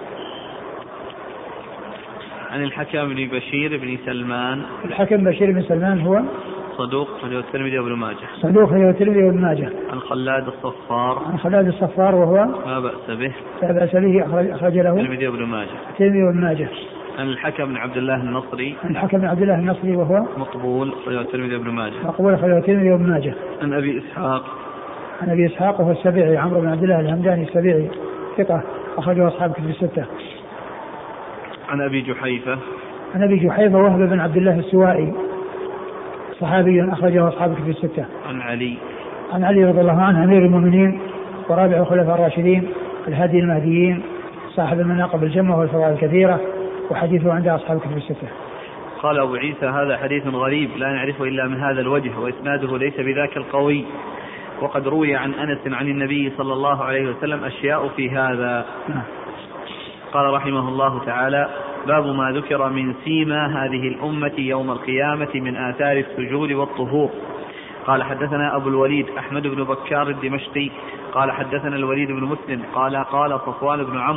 S1: عن الحكم بن بشير بن سلمان.
S2: الحكم بشير بن سلمان هو
S1: صدوق له الترمذي وابن ماجه.
S2: صدوق له الترمذي وابن ماجه.
S1: عن خلاد الصفار.
S2: عن خلاد الصفار وهو
S1: لا بأس به.
S2: لا بأس به، أخرج له
S1: الترمذي وابن ماجه.
S2: الترمذي وابن ماجه.
S1: عن الحكم بن عبد الله النصري.
S2: عن الحكم بن عبد الله النصري وهو
S1: مقبول له الترمذي وابن ماجه.
S2: مقبول له الترمذي وابن ماجه.
S1: عن أبي إسحاق.
S2: عن أبي إسحاق وهو السبيعي عمرو بن عبد الله الهمداني السبيعي ثقة أخرجه أصحاب كتب الستة.
S1: عن أبي جحيفة.
S2: عن أبي جحيفة وهب بن عبد الله السوائي صحابي أخرجه أصحاب كتب الستة.
S1: عن علي.
S2: عن علي رضي الله عنه أمير المؤمنين ورابع الخلفاء الراشدين الهادي المهديين صاحب المناقب الجمة والفضائل الكثيرة، وحديثه عند أصحاب كتب الستة.
S1: قال أبو عيسى هذا حديث غريب لا نعرفه إلا من هذا الوجه، وإسناده ليس بذاك القوي، وقد روي عن أنس عن النبي صلى الله عليه وسلم أشياء في هذا. قال رحمه الله تعالى باب ما ذكر من سيما هذه الأمة يوم القيامة من آثار السجود والطهور. قال حدثنا أبو الوليد أحمد بن بكار الدمشقي قال حدثنا الوليد بن مسلم قال صفوان بن عمرو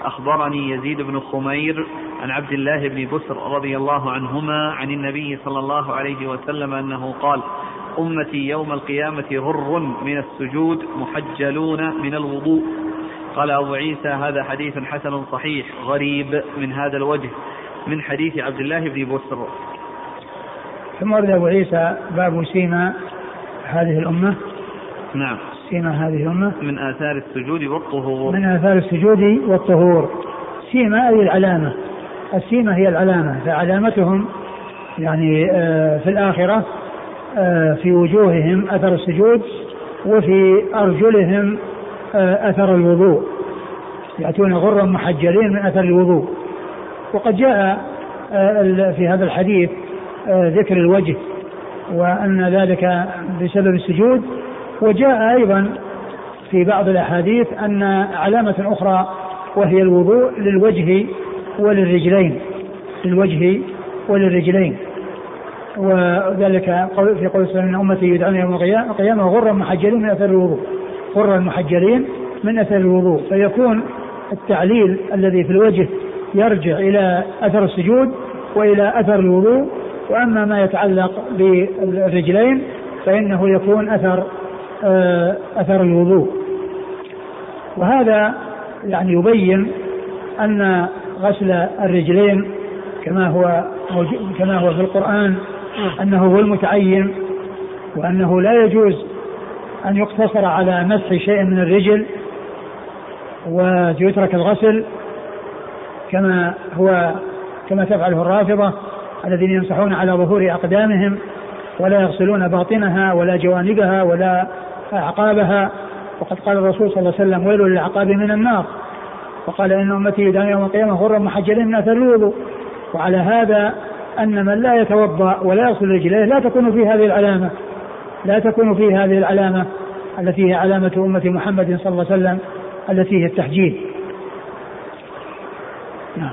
S1: أخبرني يزيد بن خمير عن عبد الله بن بسر رضي الله عنهما عن النبي صلى الله عليه وسلم أنه قال: أمتي يوم القيامة غر من السجود محجلون من الوضوء. قال أبو عيسى: هذا حديث حسن صحيح غريب من هذا الوجه من حديث عبد الله بن بسر.
S2: ثم ورد أبو عيسى باب سيما هذه الأمة.
S1: نعم.
S2: سيما هذه الأمة
S1: من آثار السجود والطهور.
S2: من آثار السجود والطهور. سيما أي العلامة. السيمة هي العلامة، فعلامتهم يعني في الآخرة في وجوههم أثر السجود، وفي أرجلهم أثر الوضوء، يأتون غرا محجلين من أثر الوضوء. وقد جاء في هذا الحديث ذكر الوجه وأن ذلك بسبب السجود، وجاء أيضا في بعض الأحاديث أن علامة أخرى وهي الوضوء للوجه وللرجلين، للوجه وللرجلين. وذلك في قول صلى الله عليه وسلم: أمتي يدعون يوم القيامة غرا محجلين من أثر الوضوء، غرا محجلين من أثر الوضوء. فيكون التعليل الذي في الوجه يرجع إلى أثر السجود وإلى أثر الوضوء، وأما ما يتعلق بالرجلين فإنه يكون أثر الوضوء. وهذا يعني يبين أن غسل الرجلين كما هو في القرآن أنه هو المتعين، وأنه لا يجوز أن يقتصر على مسح شيء من الرجل ويترك الغسل كما تفعله الرافضة الذين يمسحون على ظهور أقدامهم ولا يغسلون باطنها ولا جوانبها ولا أعقابها. وقد قال الرسول صلى الله عليه وسلم: ويل للأعقاب من النار. وقال: إن أمتي يدعون يوم القيامة غرا محجلين من أثر الوضوء. وعلى هذا أن من لا يتوضأ ولا يغسل رجليه لا تكون فيه هذه العلامة التي هي علامة أمة محمد صلى الله عليه وسلم التي هي التحجيل. نعم.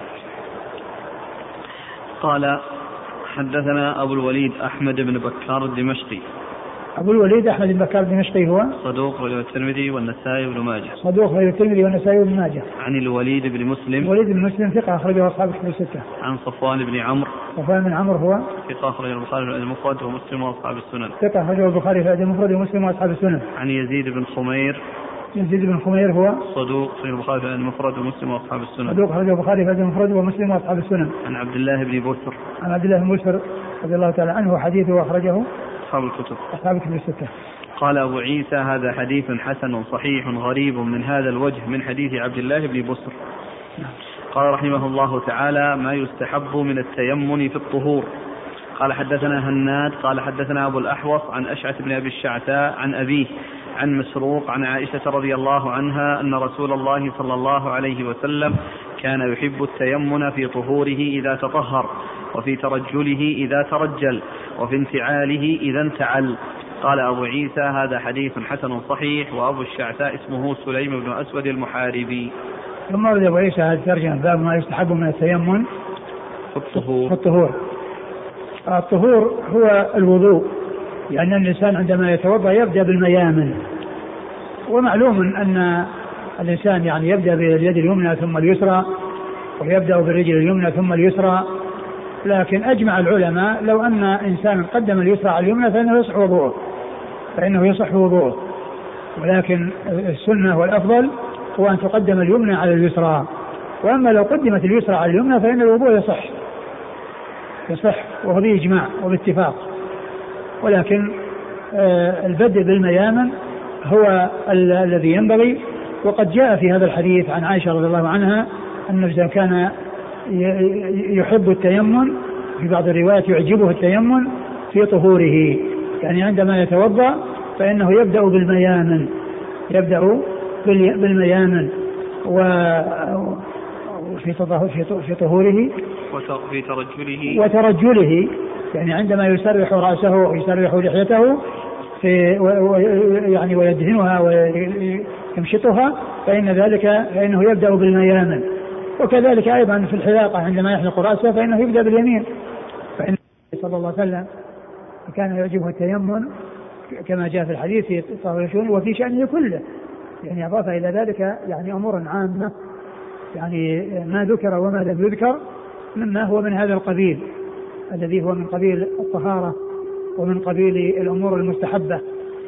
S1: قال: حدثنا أبو الوليد أحمد بن بكار الدمشقي.
S2: أبو الوليد أحمد بن بكار الدمشقي هو
S1: صدوق رواه الترمذي والنسائي وابن ماجه.
S2: صدوق رواه الترمذي والنسائي وابن ماجه.
S1: عن الوليد بن مسلم.
S2: الوليد بن مسلم ثقة أخرجه أصحاب الكتب الستة.
S1: عن صفوان بن عمرو.
S2: صفوان بن عمرو هو
S1: ثقة أخرجه البخاري في المفرد ومسلم وأصحاب السنن.
S2: ثقة أخرجه البخاري في المفرد ومسلم وأصحاب السنن.
S1: عن يزيد بن خمير.
S2: يزيد بن خمير هو
S1: صدوق في البخاري في المفرد ومسلم وأصحاب السنن.
S2: صدوق أخرجه البخاري في المفرد ومسلم وأصحاب السنن.
S1: عن عبد الله بن بسر.
S2: عن عبد الله بن بسر رضي الله تعالى عنه وحديثه أخرجه أصحاب الكتب الستة.
S1: قال أبو عيسى: هذا حديث حسن صحيح غريب من هذا الوجه من حديث عبد الله بن بسر. قال رحمه الله تعالى: ما يستحب من التيمم في الطهور. قال: حدثنا هناد قال: حدثنا أبو الأحوص عن أشعث بن أبي الشعثاء عن أبيه عن مسروق عن عائشة رضي الله عنها أن رسول الله صلى الله عليه وسلم كان يحب التيمم في طهوره إذا تطهر، وفي ترجله إذا ترجل، وفي انتعاله إذا انتعل. قال أبو عيسى: هذا حديث حسن صحيح. وأبو الشعثاء اسمه سليم بن أسود المحاربي.
S2: ثم ورد أبو عيسى هذا الترجمة: باب ما يستحب من التيمم في الطهور. الطهور هو الوضوء، يعني الإنسان عندما يتوضأ يبدأ بالميامن، ومعلوم أن الإنسان يعني يبدأ باليد اليمنى ثم اليسرى، ويبدأ بالرجل اليمنى ثم اليسرى. لكن أجمع العلماء لو أن إنسان قدم اليسرى على اليمنى فإنه يصح وضوءه، ولكن السنة والأفضل هو أن تقدم اليمنى على اليسرى. وأما لو قدمت اليسرى على اليمنى فإن الوضوء يصح وهو بإجماع وباتفاق. ولكن البدء بالميامن هو الذي ينبغي. وقد جاء في هذا الحديث عن عائشة رضي الله عنها أنه كان يحب التيمم، في بعض الروايات يعجبه التيمم في طهوره، يعني عندما يتوضأ فإنه يبدأ بالميامن وفي طهوره وترجله، يعني عندما يسرح رأسه ويسرح لحيته يعني ويدهنها ويمشطها فإنه يبدأ بالميامن. وكذلك أيضا في الحلاقة عندما يحلق رأسه فإنه يبدأ باليمين. فإن صلى الله عليه وسلم كان يعجبه التيمم كما جاء في الحديث في طهور الشؤون وفي شأنه كله، يعني أضاف إلى ذلك يعني أمور عامة يعني ما ذكر وما لم يذكر مما هو من هذا القبيل الذي هو من قبيل الطهارة ومن قبيل الأمور المستحبة.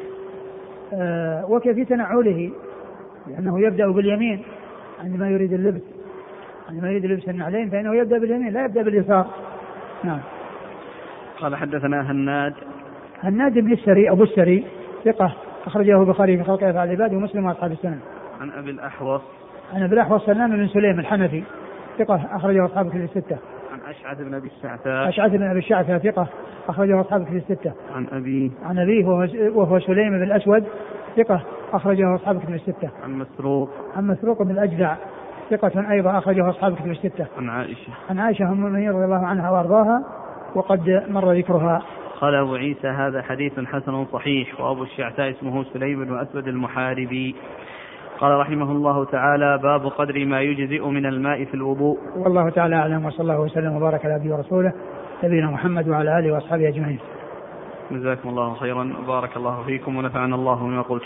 S2: وكيف تنعله، لأنه يبدأ باليمين عندما يريد اللبس، عندما يريد لبس النعلين فإنه يبدأ باليمين لا يبدأ باليسار. نعم.
S1: قال حدثنا
S2: هناد بن السري أبو السري ثقة أخرجه البخاري في خلق أفعال العباد ومسلم وأصحاب السنن.
S1: عن أبي الأحوص
S2: سلام بن سليم الحنفي ثقة أخرجه أصحاب الكتب الستة.
S1: عن أشعث بن أبي
S2: الشعثاء ثقة أخرجه أصحاب الكتب الستة. عن أبيه وهو سليم بن الأسود ثقة أخرجه أصحاب الكتب الستة. عن مسروق بن الأجدع ثقة أيضا أخرجه أصحاب الكتب الستة. عن عائشة أم المؤمنين رضي الله عنها وأرضاها وقد مر ذكرها.
S1: قال أبو عيسى هذا حديث حسن صحيح، وأبو الشعثاء اسمه سليم بن أسود المحاربي. قال رحمه الله تعالى: باب قدر ما يجزئ من الماء في الوضوء.
S2: والله تعالى أعلم، وصلى الله وسلم وبارك على عبده ورسوله نبينا محمد وعلى آله وأصحابه أجمعين.
S1: جزاكم الله خيرا وبارك الله فيكم ونفعنا الله بما قلت.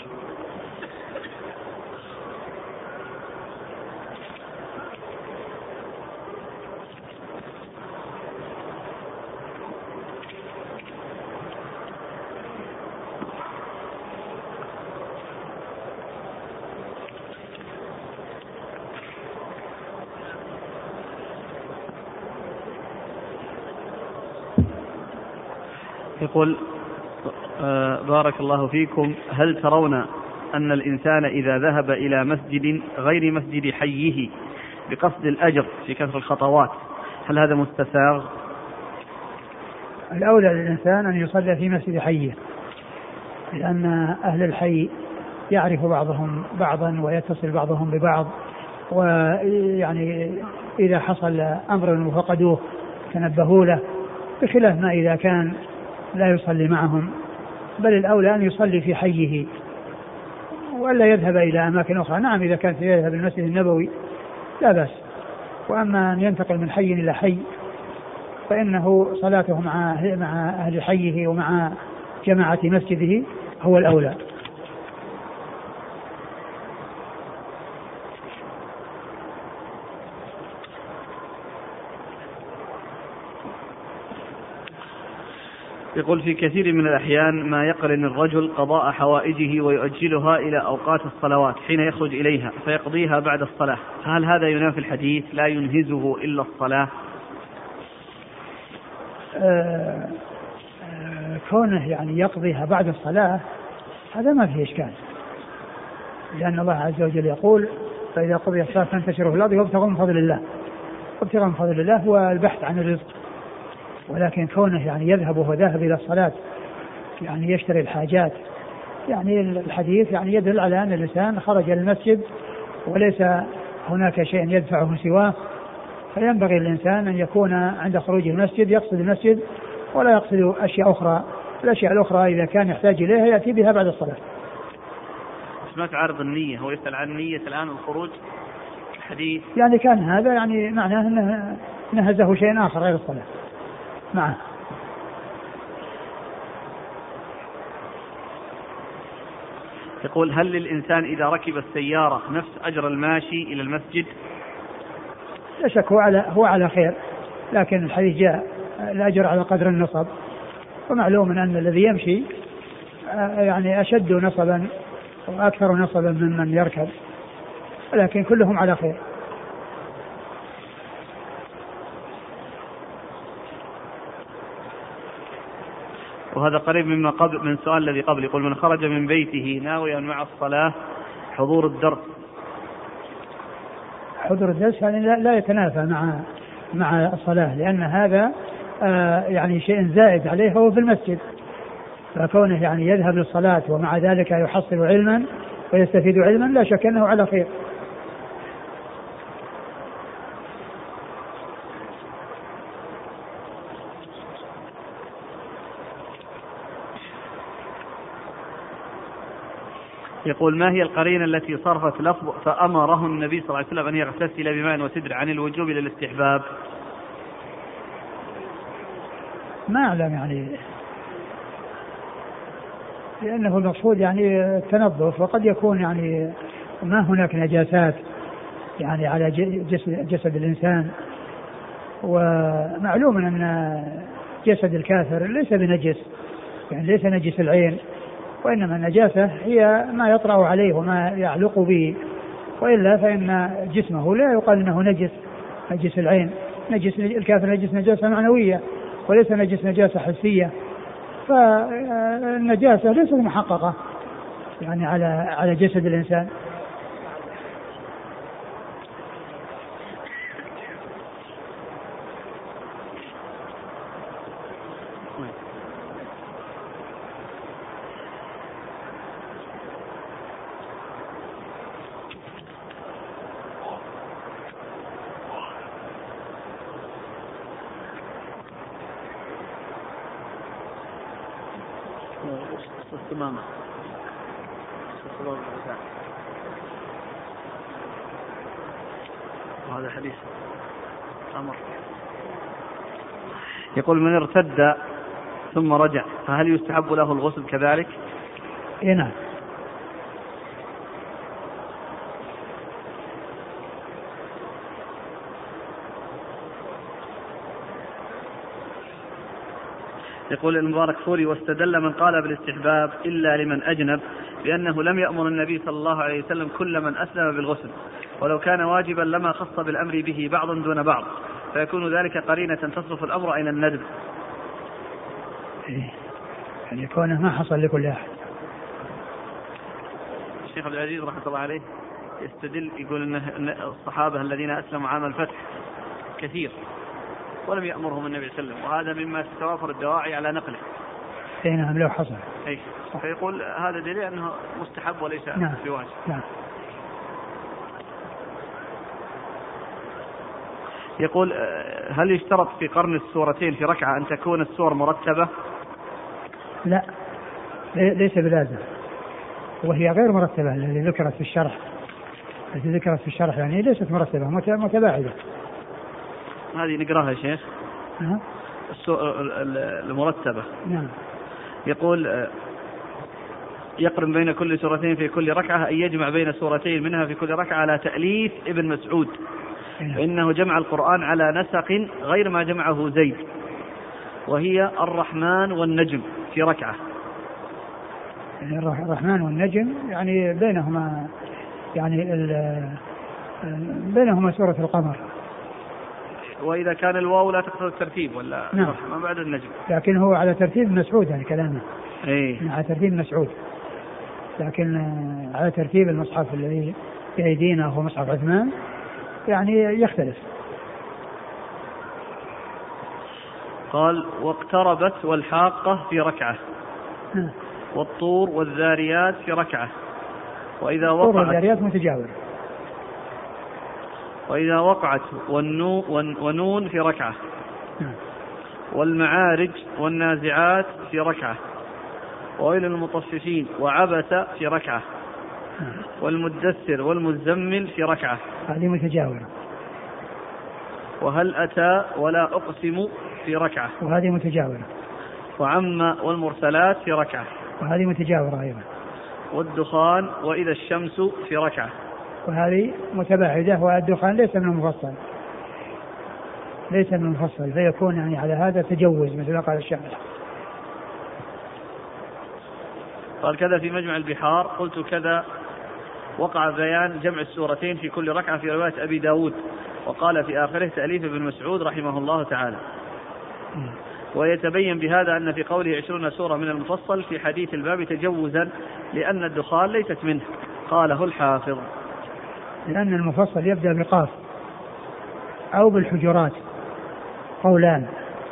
S1: يقول: بارك الله فيكم، هل ترون أن الإنسان إذا ذهب إلى مسجد غير مسجد حيه بقصد الأجر في كثر الخطوات هل هذا مستساغ؟
S2: الأولى للإنسان أن يصلي في مسجد حيه، لأن أهل الحي يعرف بعضهم بعضا ويتصل بعضهم ببعض، ويعني إذا حصل أمر وفقدوه تنبهوا له، بخلاف ما إذا كان لا يصلي معهم. بل الأولى أن يصلي في حيه ولا يذهب إلى أماكن أخرى. نعم إذا كان يذهب المسجد النبوي لا بأس، وأما أن ينتقل من حي إلى حي فإنه صلاته مع أهل حيه ومع جماعة مسجده هو الأولى.
S1: يقول: في كثير من الأحيان ما يقرن الرجل قضاء حوائجه ويؤجلها إلى أوقات الصلوات حين يخرج إليها فيقضيها بعد الصلاة، فهل هذا ينافي الحديث لا ينهزه إلا الصلاة؟
S2: كونه يعني يقضيها بعد الصلاة هذا ما فيه إشكال، لأن الله عز وجل يقول: فإذا قضي الصلاة فانتشروا في الأرض وابتغوا من فضل الله. وابتغوا من فضل الله هو البحث عن الرزق، ولكن كونه يعني يذهب وهو ذاهب إلى الصلاة يعني يشتري الحاجات، يعني الحديث يعني يدل على أن الإنسان خرج للمسجد وليس هناك شيء يدفعه سواه، فينبغي للإنسان أن يكون عند خروج المسجد يقصد المسجد ولا يقصد أشياء أخرى. الأشياء الأخرى إذا كان يحتاج إليها يأتي بها بعد الصلاة.
S1: ما تعارض النية؟ هو يسأل عن نية الآن الخروج الحديث،
S2: يعني كان هذا يعني معناه أنه نهزه شيء آخر غير الصلاة معه.
S1: يقول: هل للإنسان إذا ركب السيارة نفس أجر الماشي إلى المسجد؟
S2: لا شك هو على خير، لكن الحديث جاء الأجر على قدر النصب، ومعلوم أن الذي يمشي يعني أشد نصبا وأكثر نصبا ممن يركب، ولكن كلهم على خير.
S1: وهذا قريب مما قبل من سؤال الذي قبل. يقول: من خرج من بيته ناويا مع الصلاة حضور الدرس.
S2: حضور الدرس يعني لا يتنافى مع الصلاة، لأن هذا يعني شيء زائد عليه هو في المسجد، فكونه يعني يذهب للصلاة ومع ذلك يحصل علما ويستفيد علما لا شك أنه على خير.
S1: يقول: ما هي القرينة التي صرفت لفظ فأمره النبي صلى الله عليه وسلم أن يغتسل بماء وسدر عن الوجوب إلى الاستحباب؟
S2: ما أعلم يعني، لأنه المقصود يعني التنظف، وقد يكون يعني ما هناك نجاسات يعني على جسد الإنسان. ومعلوم أن جسد الكافر ليس بنجس، يعني ليس نجس العين، وإنما النجاسة هي ما يطرأ عليه وما يعلق به، وإلا فإن جسمه لا يقال أنه نجس العين. نجس الكافر نجس نجاسة معنوية وليس نجس نجاسة حسية. فالنجاسة ليست محققة يعني على جسد الإنسان.
S1: تماما. وهذا حديث أمر. يقول من ارتد ثم رجع فهل يستحب له الغسل كذلك؟
S2: نعم.
S1: يقول المبارك فوري واستدل من قال بالاستحباب إلا لمن أجنب بأنه لم يأمر النبي صلى الله عليه وسلم كل من أسلم بالغسل، ولو كان واجبا لما خص بالأمر به بعضا دون بعض، فيكون ذلك قرينة تصرف الأمر إلى الندب.
S2: يعني كونه ما حصل لكل أحد.
S1: الشيخ عبد العزيز رحمه الله عليه يستدل يقول أن الصحابة الذين أسلموا عام الفتح كثير ولم يأمرهم النبي صلى الله عليه وسلم، وهذا مما تتوافر الدواعي على نقله.
S2: نعم لو حصل.
S1: فيقول هذا دليل أنه مستحب وليس بواجب.
S2: نعم.
S1: يقول هل يشترط في قرن السورتين في ركعة أن تكون السور مرتبة؟
S2: لا ليس بلازم، وهي غير مرتبة التي ذكرت في الشرح يعني ليست مرتبة متباعدة.
S1: هذه نقراها يا شيخ. المرتبة.
S2: نعم.
S1: يقول يقرن بين كل سورتين في كل ركعة أن يجمع بين سورتين منها في كل ركعة على تأليف ابن مسعود، فإنه جمع القرآن على نسق غير ما جمعه زيد، وهي الرحمن والنجم في ركعة.
S2: يعني الرحمن والنجم يعني بينهما سورة القمر.
S1: وإذا كان الواو لا تقتضي الترتيب ولا
S2: نعم.
S1: ما بعد النجم،
S2: لكن هو على ترتيب مسعود يعني كلامه.
S1: أي.
S2: على ترتيب مسعود، لكن على ترتيب المصحف الذي في أيدينا هو مصحف عثمان يعني يختلف.
S1: قال واقتربت والحاقة في ركعة، والطور والذاريات في ركعة، وإذا وقعت
S2: والذاريات متجاورة،
S1: وإذا وقعت ونون في ركعة، والمعارج والنازعات في ركعة، وويل المطففين وعبس في ركعة، والمدثر والمزمل في ركعة.
S2: هذه متجاورة.
S1: وهل أتى ولا أقسم في ركعة،
S2: وهذه متجاورة.
S1: وعم والمرسلات في ركعة،
S2: وهذه متجاورة أيضا.
S1: والدخان وإذا الشمس في ركعة،
S2: وهذه متباعدة. والدخان ليس من المفصل فيكون يعني على هذا تجوز مثل ما قال الشاعر.
S1: قال كذا في مجمع البحار قلت كذا وقع بيان جمع السورتين في كل ركعة في رواية أبي داود، وقال في آخره تأليف ابن مسعود رحمه الله تعالى. ويتبين بهذا أن في قوله 20 سورة من المفصل في حديث الباب تجوزا لأن الدخان ليست منه، قاله الحافظ.
S2: لأن المفصل يبدأ بقاف أو بالحجرات قولان،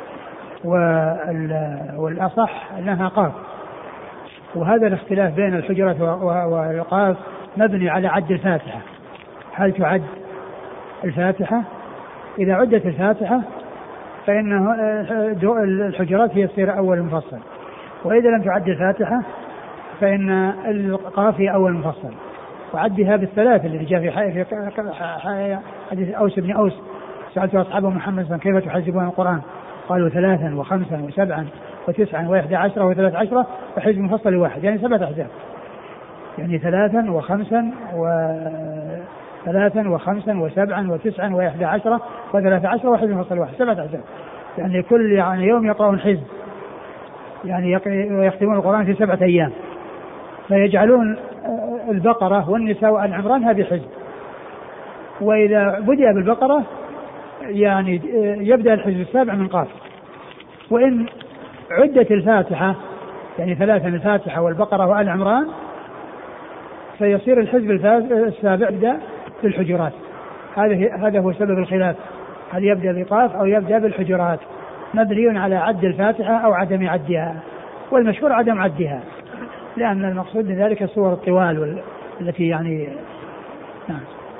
S2: والأصح أنها قاف. وهذا الاختلاف بين الحجرات والقاف مبني على عد الفاتحة. هل تعد الفاتحة؟ إذا عدت الفاتحة فإنه الحجرات هي تصير أول مفصل، وإذا لم تعد الفاتحة فإن القاف هي أول مفصل. وعدها بالثلاث اللي جاء في حديث أوس بن أوس سألت أصحابه محمد صلى الله عليه وسلم كيف تحزبون القرآن؟ قالوا 3 و5 و7 و9 و11 و13 وحزب مفصل واحد، يعني 7 أحزاب، يعني 3 و5 3 و5 و7 و9 و11 و13 وحزب فصل واحد 17. يعني كل يوم يقرؤون حزب، يعني ويختمون القرآن في 7 أيام، فيجعلون البقرة والنساء وآل عمران هذه حزب. وإذا بدأ بالبقرة يعني يبدأ الحزب السابع من قاف. وإن عدت الفاتحة يعني 3 الفاتحة والبقرة وآل عمران فيصير الحزب السابع يبدأ بالحجرات. هذا هو سبب الخلاف، هل يبدأ بقاف أو يبدأ بالحجرات، مبني على عد الفاتحة أو عدم عدها، والمشهور عدم عدها، لأن المقصود من ذلك السور الطوال التي يعني نعم.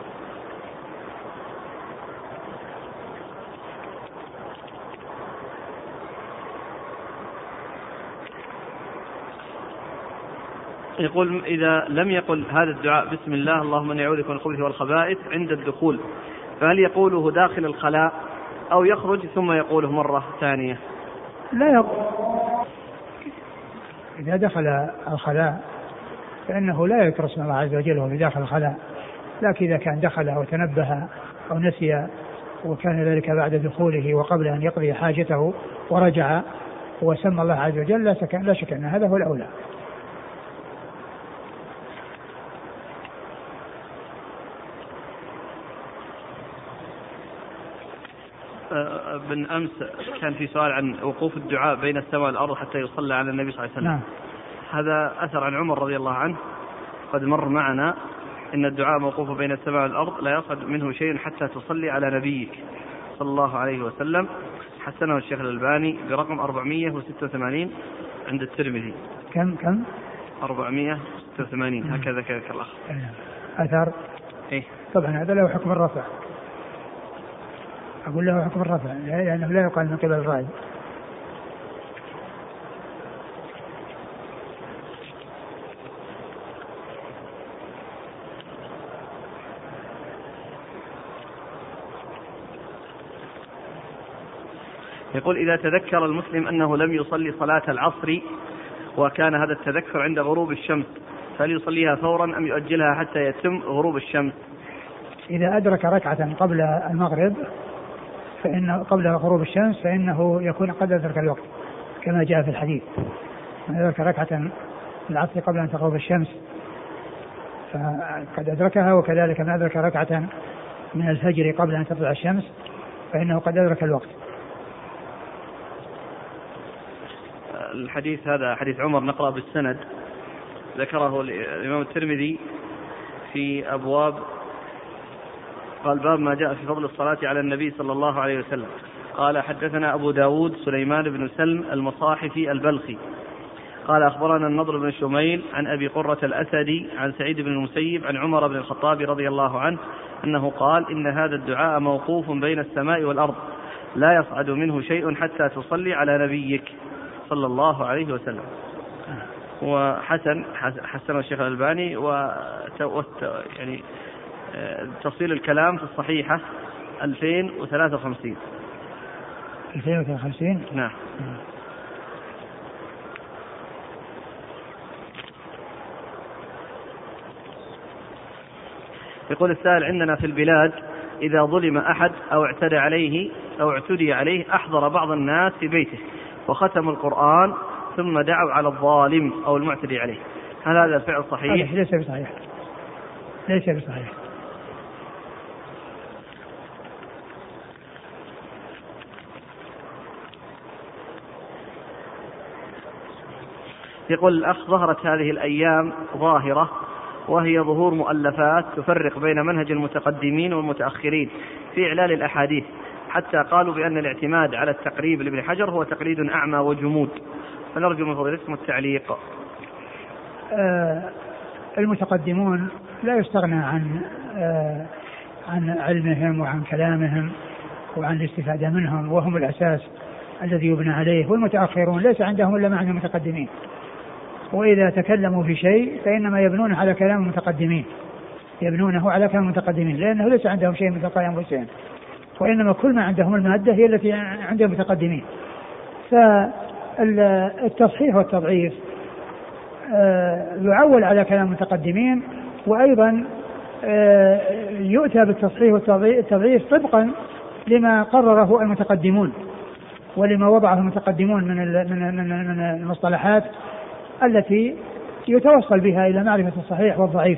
S1: يقول إذا لم يقل هذا الدعاء بسم الله اللهم إني أعوذ بك من الخبث والخبائث عند الدخول، فهل يقوله داخل الخلاء أو يخرج ثم يقوله مرة ثانية؟
S2: لا يقول. إذا دخل الخلاء فإنه لا يذكر اسم الله عز وجل وهو داخل الخلاء، لكن إذا كان دخل أو تنبه أو نسي وكان ذلك بعد دخوله وقبل أن يقضي حاجته ورجع وسمى الله عز وجل لا شك أن هذا هو الأولى.
S1: من أمس كان في سؤال عن وقوف الدعاء بين السماء والأرض حتى يصلى على النبي صلى الله عليه وسلم.
S2: نعم.
S1: هذا أثر عن عمر رضي الله عنه قد مر معنا إن الدعاء موقوف بين السماء والأرض لا يصعد منه شيء حتى تصلي على نبيك صلى الله عليه وسلم. حسنه الشيخ الألباني برقم 486 عند الترمذي.
S2: كم
S1: 486 هكذا كذلك الأخ.
S2: أثر
S1: إيه؟
S2: طبعا هذا له حكم الرفع، أقول له حكم الرفع لأنه لا يقال من قبل الراوي.
S1: يقول إذا تذكر المسلم أنه لم يصلي صلاة العصر وكان هذا التذكر عند غروب الشمس، فهل يصليها فورا أم يؤجلها حتى يتم غروب الشمس؟
S2: إذا أدرك ركعة قبل المغرب قبل غروب الشمس فإنه يكون قد أدرك الوقت كما جاء في الحديث، من أدرك ركعة العصر قبل أن تغرب الشمس فقد أدركها، وكذلك من أدرك ركعة من الفجر قبل أن تطلع الشمس فإنه قد أدرك الوقت.
S1: الحديث هذا حديث عمر نقرأ بالسند، ذكره الإمام الترمذي في أبواب، قال باب ما جاء في فضل الصلاة على النبي صلى الله عليه وسلم. قال حدثنا أبو داود سليمان بن سلم المصاحفي البلخي قال أخبرنا النضر بن شميل عن أبي قرة الأسدي عن سعيد بن المسيب عن عمر بن الخطاب رضي الله عنه أنه قال إن هذا الدعاء موقوف بين السماء والأرض لا يصعد منه شيء حتى تصلي على نبيك صلى الله عليه وسلم. حسن الشيخ الألباني يعني تفصيل الكلام في الصحيحة 2053. نعم. يقول السائل عندنا في البلاد إذا ظلم أحد أو اعتدى عليه أحضر بعض الناس في بيته وختموا القرآن ثم دعوا على الظالم أو المعتدي عليه، هل هذا الفعل صحيح؟
S2: ليس بصحيح.
S1: يقول الأخ ظهرت هذه الأيام ظاهرة وهي ظهور مؤلفات تفرق بين منهج المتقدمين والمتأخرين في إعلال الأحاديث، حتى قالوا بأن الاعتماد على التقريب لابن حجر هو تقليد أعمى وجمود، فنرجو من فضيلتكم التعليق.
S2: المتقدمون لا يستغنى عن علمهم وعن كلامهم وعن الاستفادة منهم، وهم الأساس الذي يبنى عليه، والمتأخرون ليس عندهم إلا معنى المتقدمين، وإذا تكلموا في شيء فإنما يبنونه على كلام المتقدمين، لأنه ليس عندهم شيء من تلقاء أنفسهم، وإنما كل ما عندهم المادة هي التي عند المتقدمين. فالتصحيح والتضعيف يعول على كلام المتقدمين، وأيضا يؤتى بالتصحيح والتضعيف طبقا لما قرره المتقدمون ولما وضعه المتقدمون من المصطلحات التي يتوصل بها إلى معرفة الصحيح والضعيف.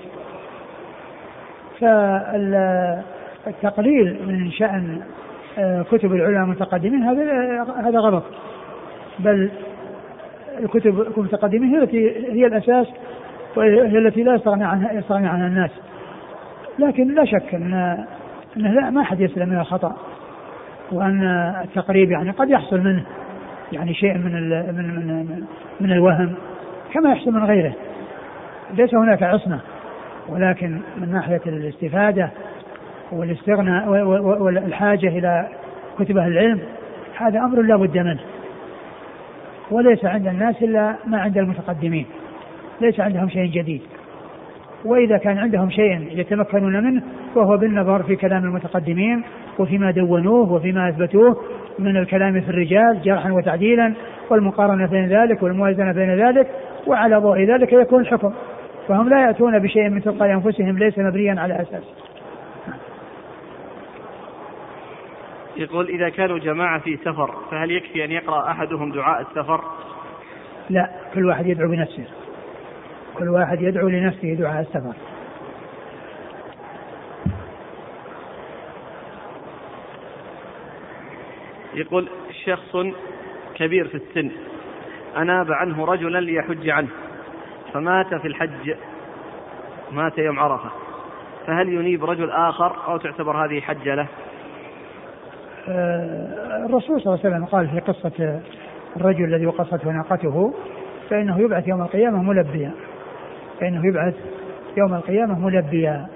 S2: فالتقليل من شأن كتب العلماء المتقدمين هذا غلط، بل الكتب المتقدمين هي الأساس وهي التي لا يستغني عنها الناس. لكن لا شك أنه لا ما حد يسلم من الخطأ، وأن التقريب يعني قد يحصل منه يعني شيء من الوهم كما يحصل من غيره، ليس هناك عصمة، ولكن من ناحية الاستفادة والاستغناء والحاجة إلى كتب أهل العلم هذا أمر لا بد منه، وليس عند الناس إلا ما عند المتقدمين، ليس عندهم شيء جديد. وإذا كان عندهم شيء يتمكنون منه وهو بالنظر في كلام المتقدمين وفيما دونوه وفيما أثبتوه من الكلام في الرجال جرحا وتعديلا والمقارنة بين ذلك والموازنة بين ذلك، وعلى ضوء ذلك يكون الحكم. فهم لا يأتون بشيء من تلقاء أنفسهم ليس مبنيا على أساس.
S1: يقول إذا كانوا جماعة في سفر فهل يكفي أن يقرأ أحدهم دعاء السفر؟
S2: لا، كل واحد يدعو بنفسه، كل واحد يدعو لنفسه دعاء السفر.
S1: يقول شخص كبير في السن أناب عنه رجلا ليحج عنه فمات في الحج، مات يوم عرفة، فهل ينيب رجل آخر أو تعتبر هذه حجة له؟
S2: الرسول صلى الله عليه وسلم قال في قصة الرجل الذي وقصته ناقته فإنه يبعث يوم القيامة ملبيا، فإنه يبعث يوم القيامة ملبيا.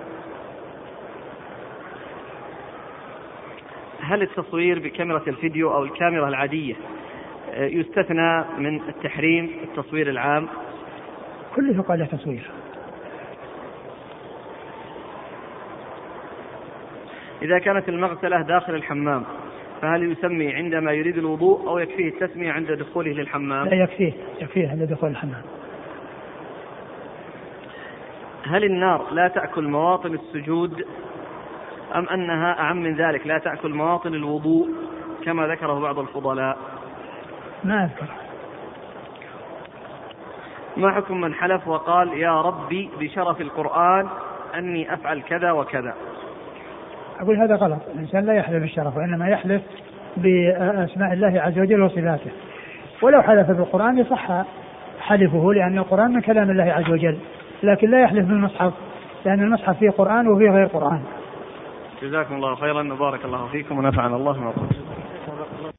S1: هل التصوير بكاميرا الفيديو أو الكاميرا العادية يستثنى من التحريم التصوير العام؟
S2: كله قال له تصوير.
S1: إذا كانت المغسلة داخل الحمام فهل يسمي عندما يريد الوضوء أو يكفيه التسمية عند دخوله للحمام؟
S2: لا، يكفيه عند دخول الحمام.
S1: هل النار لا تأكل مواطن السجود أم أنها أعم من ذلك لا تأكل مواطن الوضوء كما ذكره بعض الفضلاء؟
S2: ما أذكر.
S1: ما حكم من حلف وقال يا ربي بشرف القرآن أني أفعل كذا وكذا؟
S2: أقول هذا غلط، الإنسان لا يحلف بالشرف وإنما يحلف بأسماء الله عز وجل وصفاته، ولو حلف بالقرآن يصح حلفه لأن القرآن من كلام الله عز وجل، لكن لا يحلف بالمصحف لأن المصحف فيه قرآن وفيه غير قرآن.
S1: جزاكم الله خيرا وبارك الله فيكم ونفعنا الله ما قلت.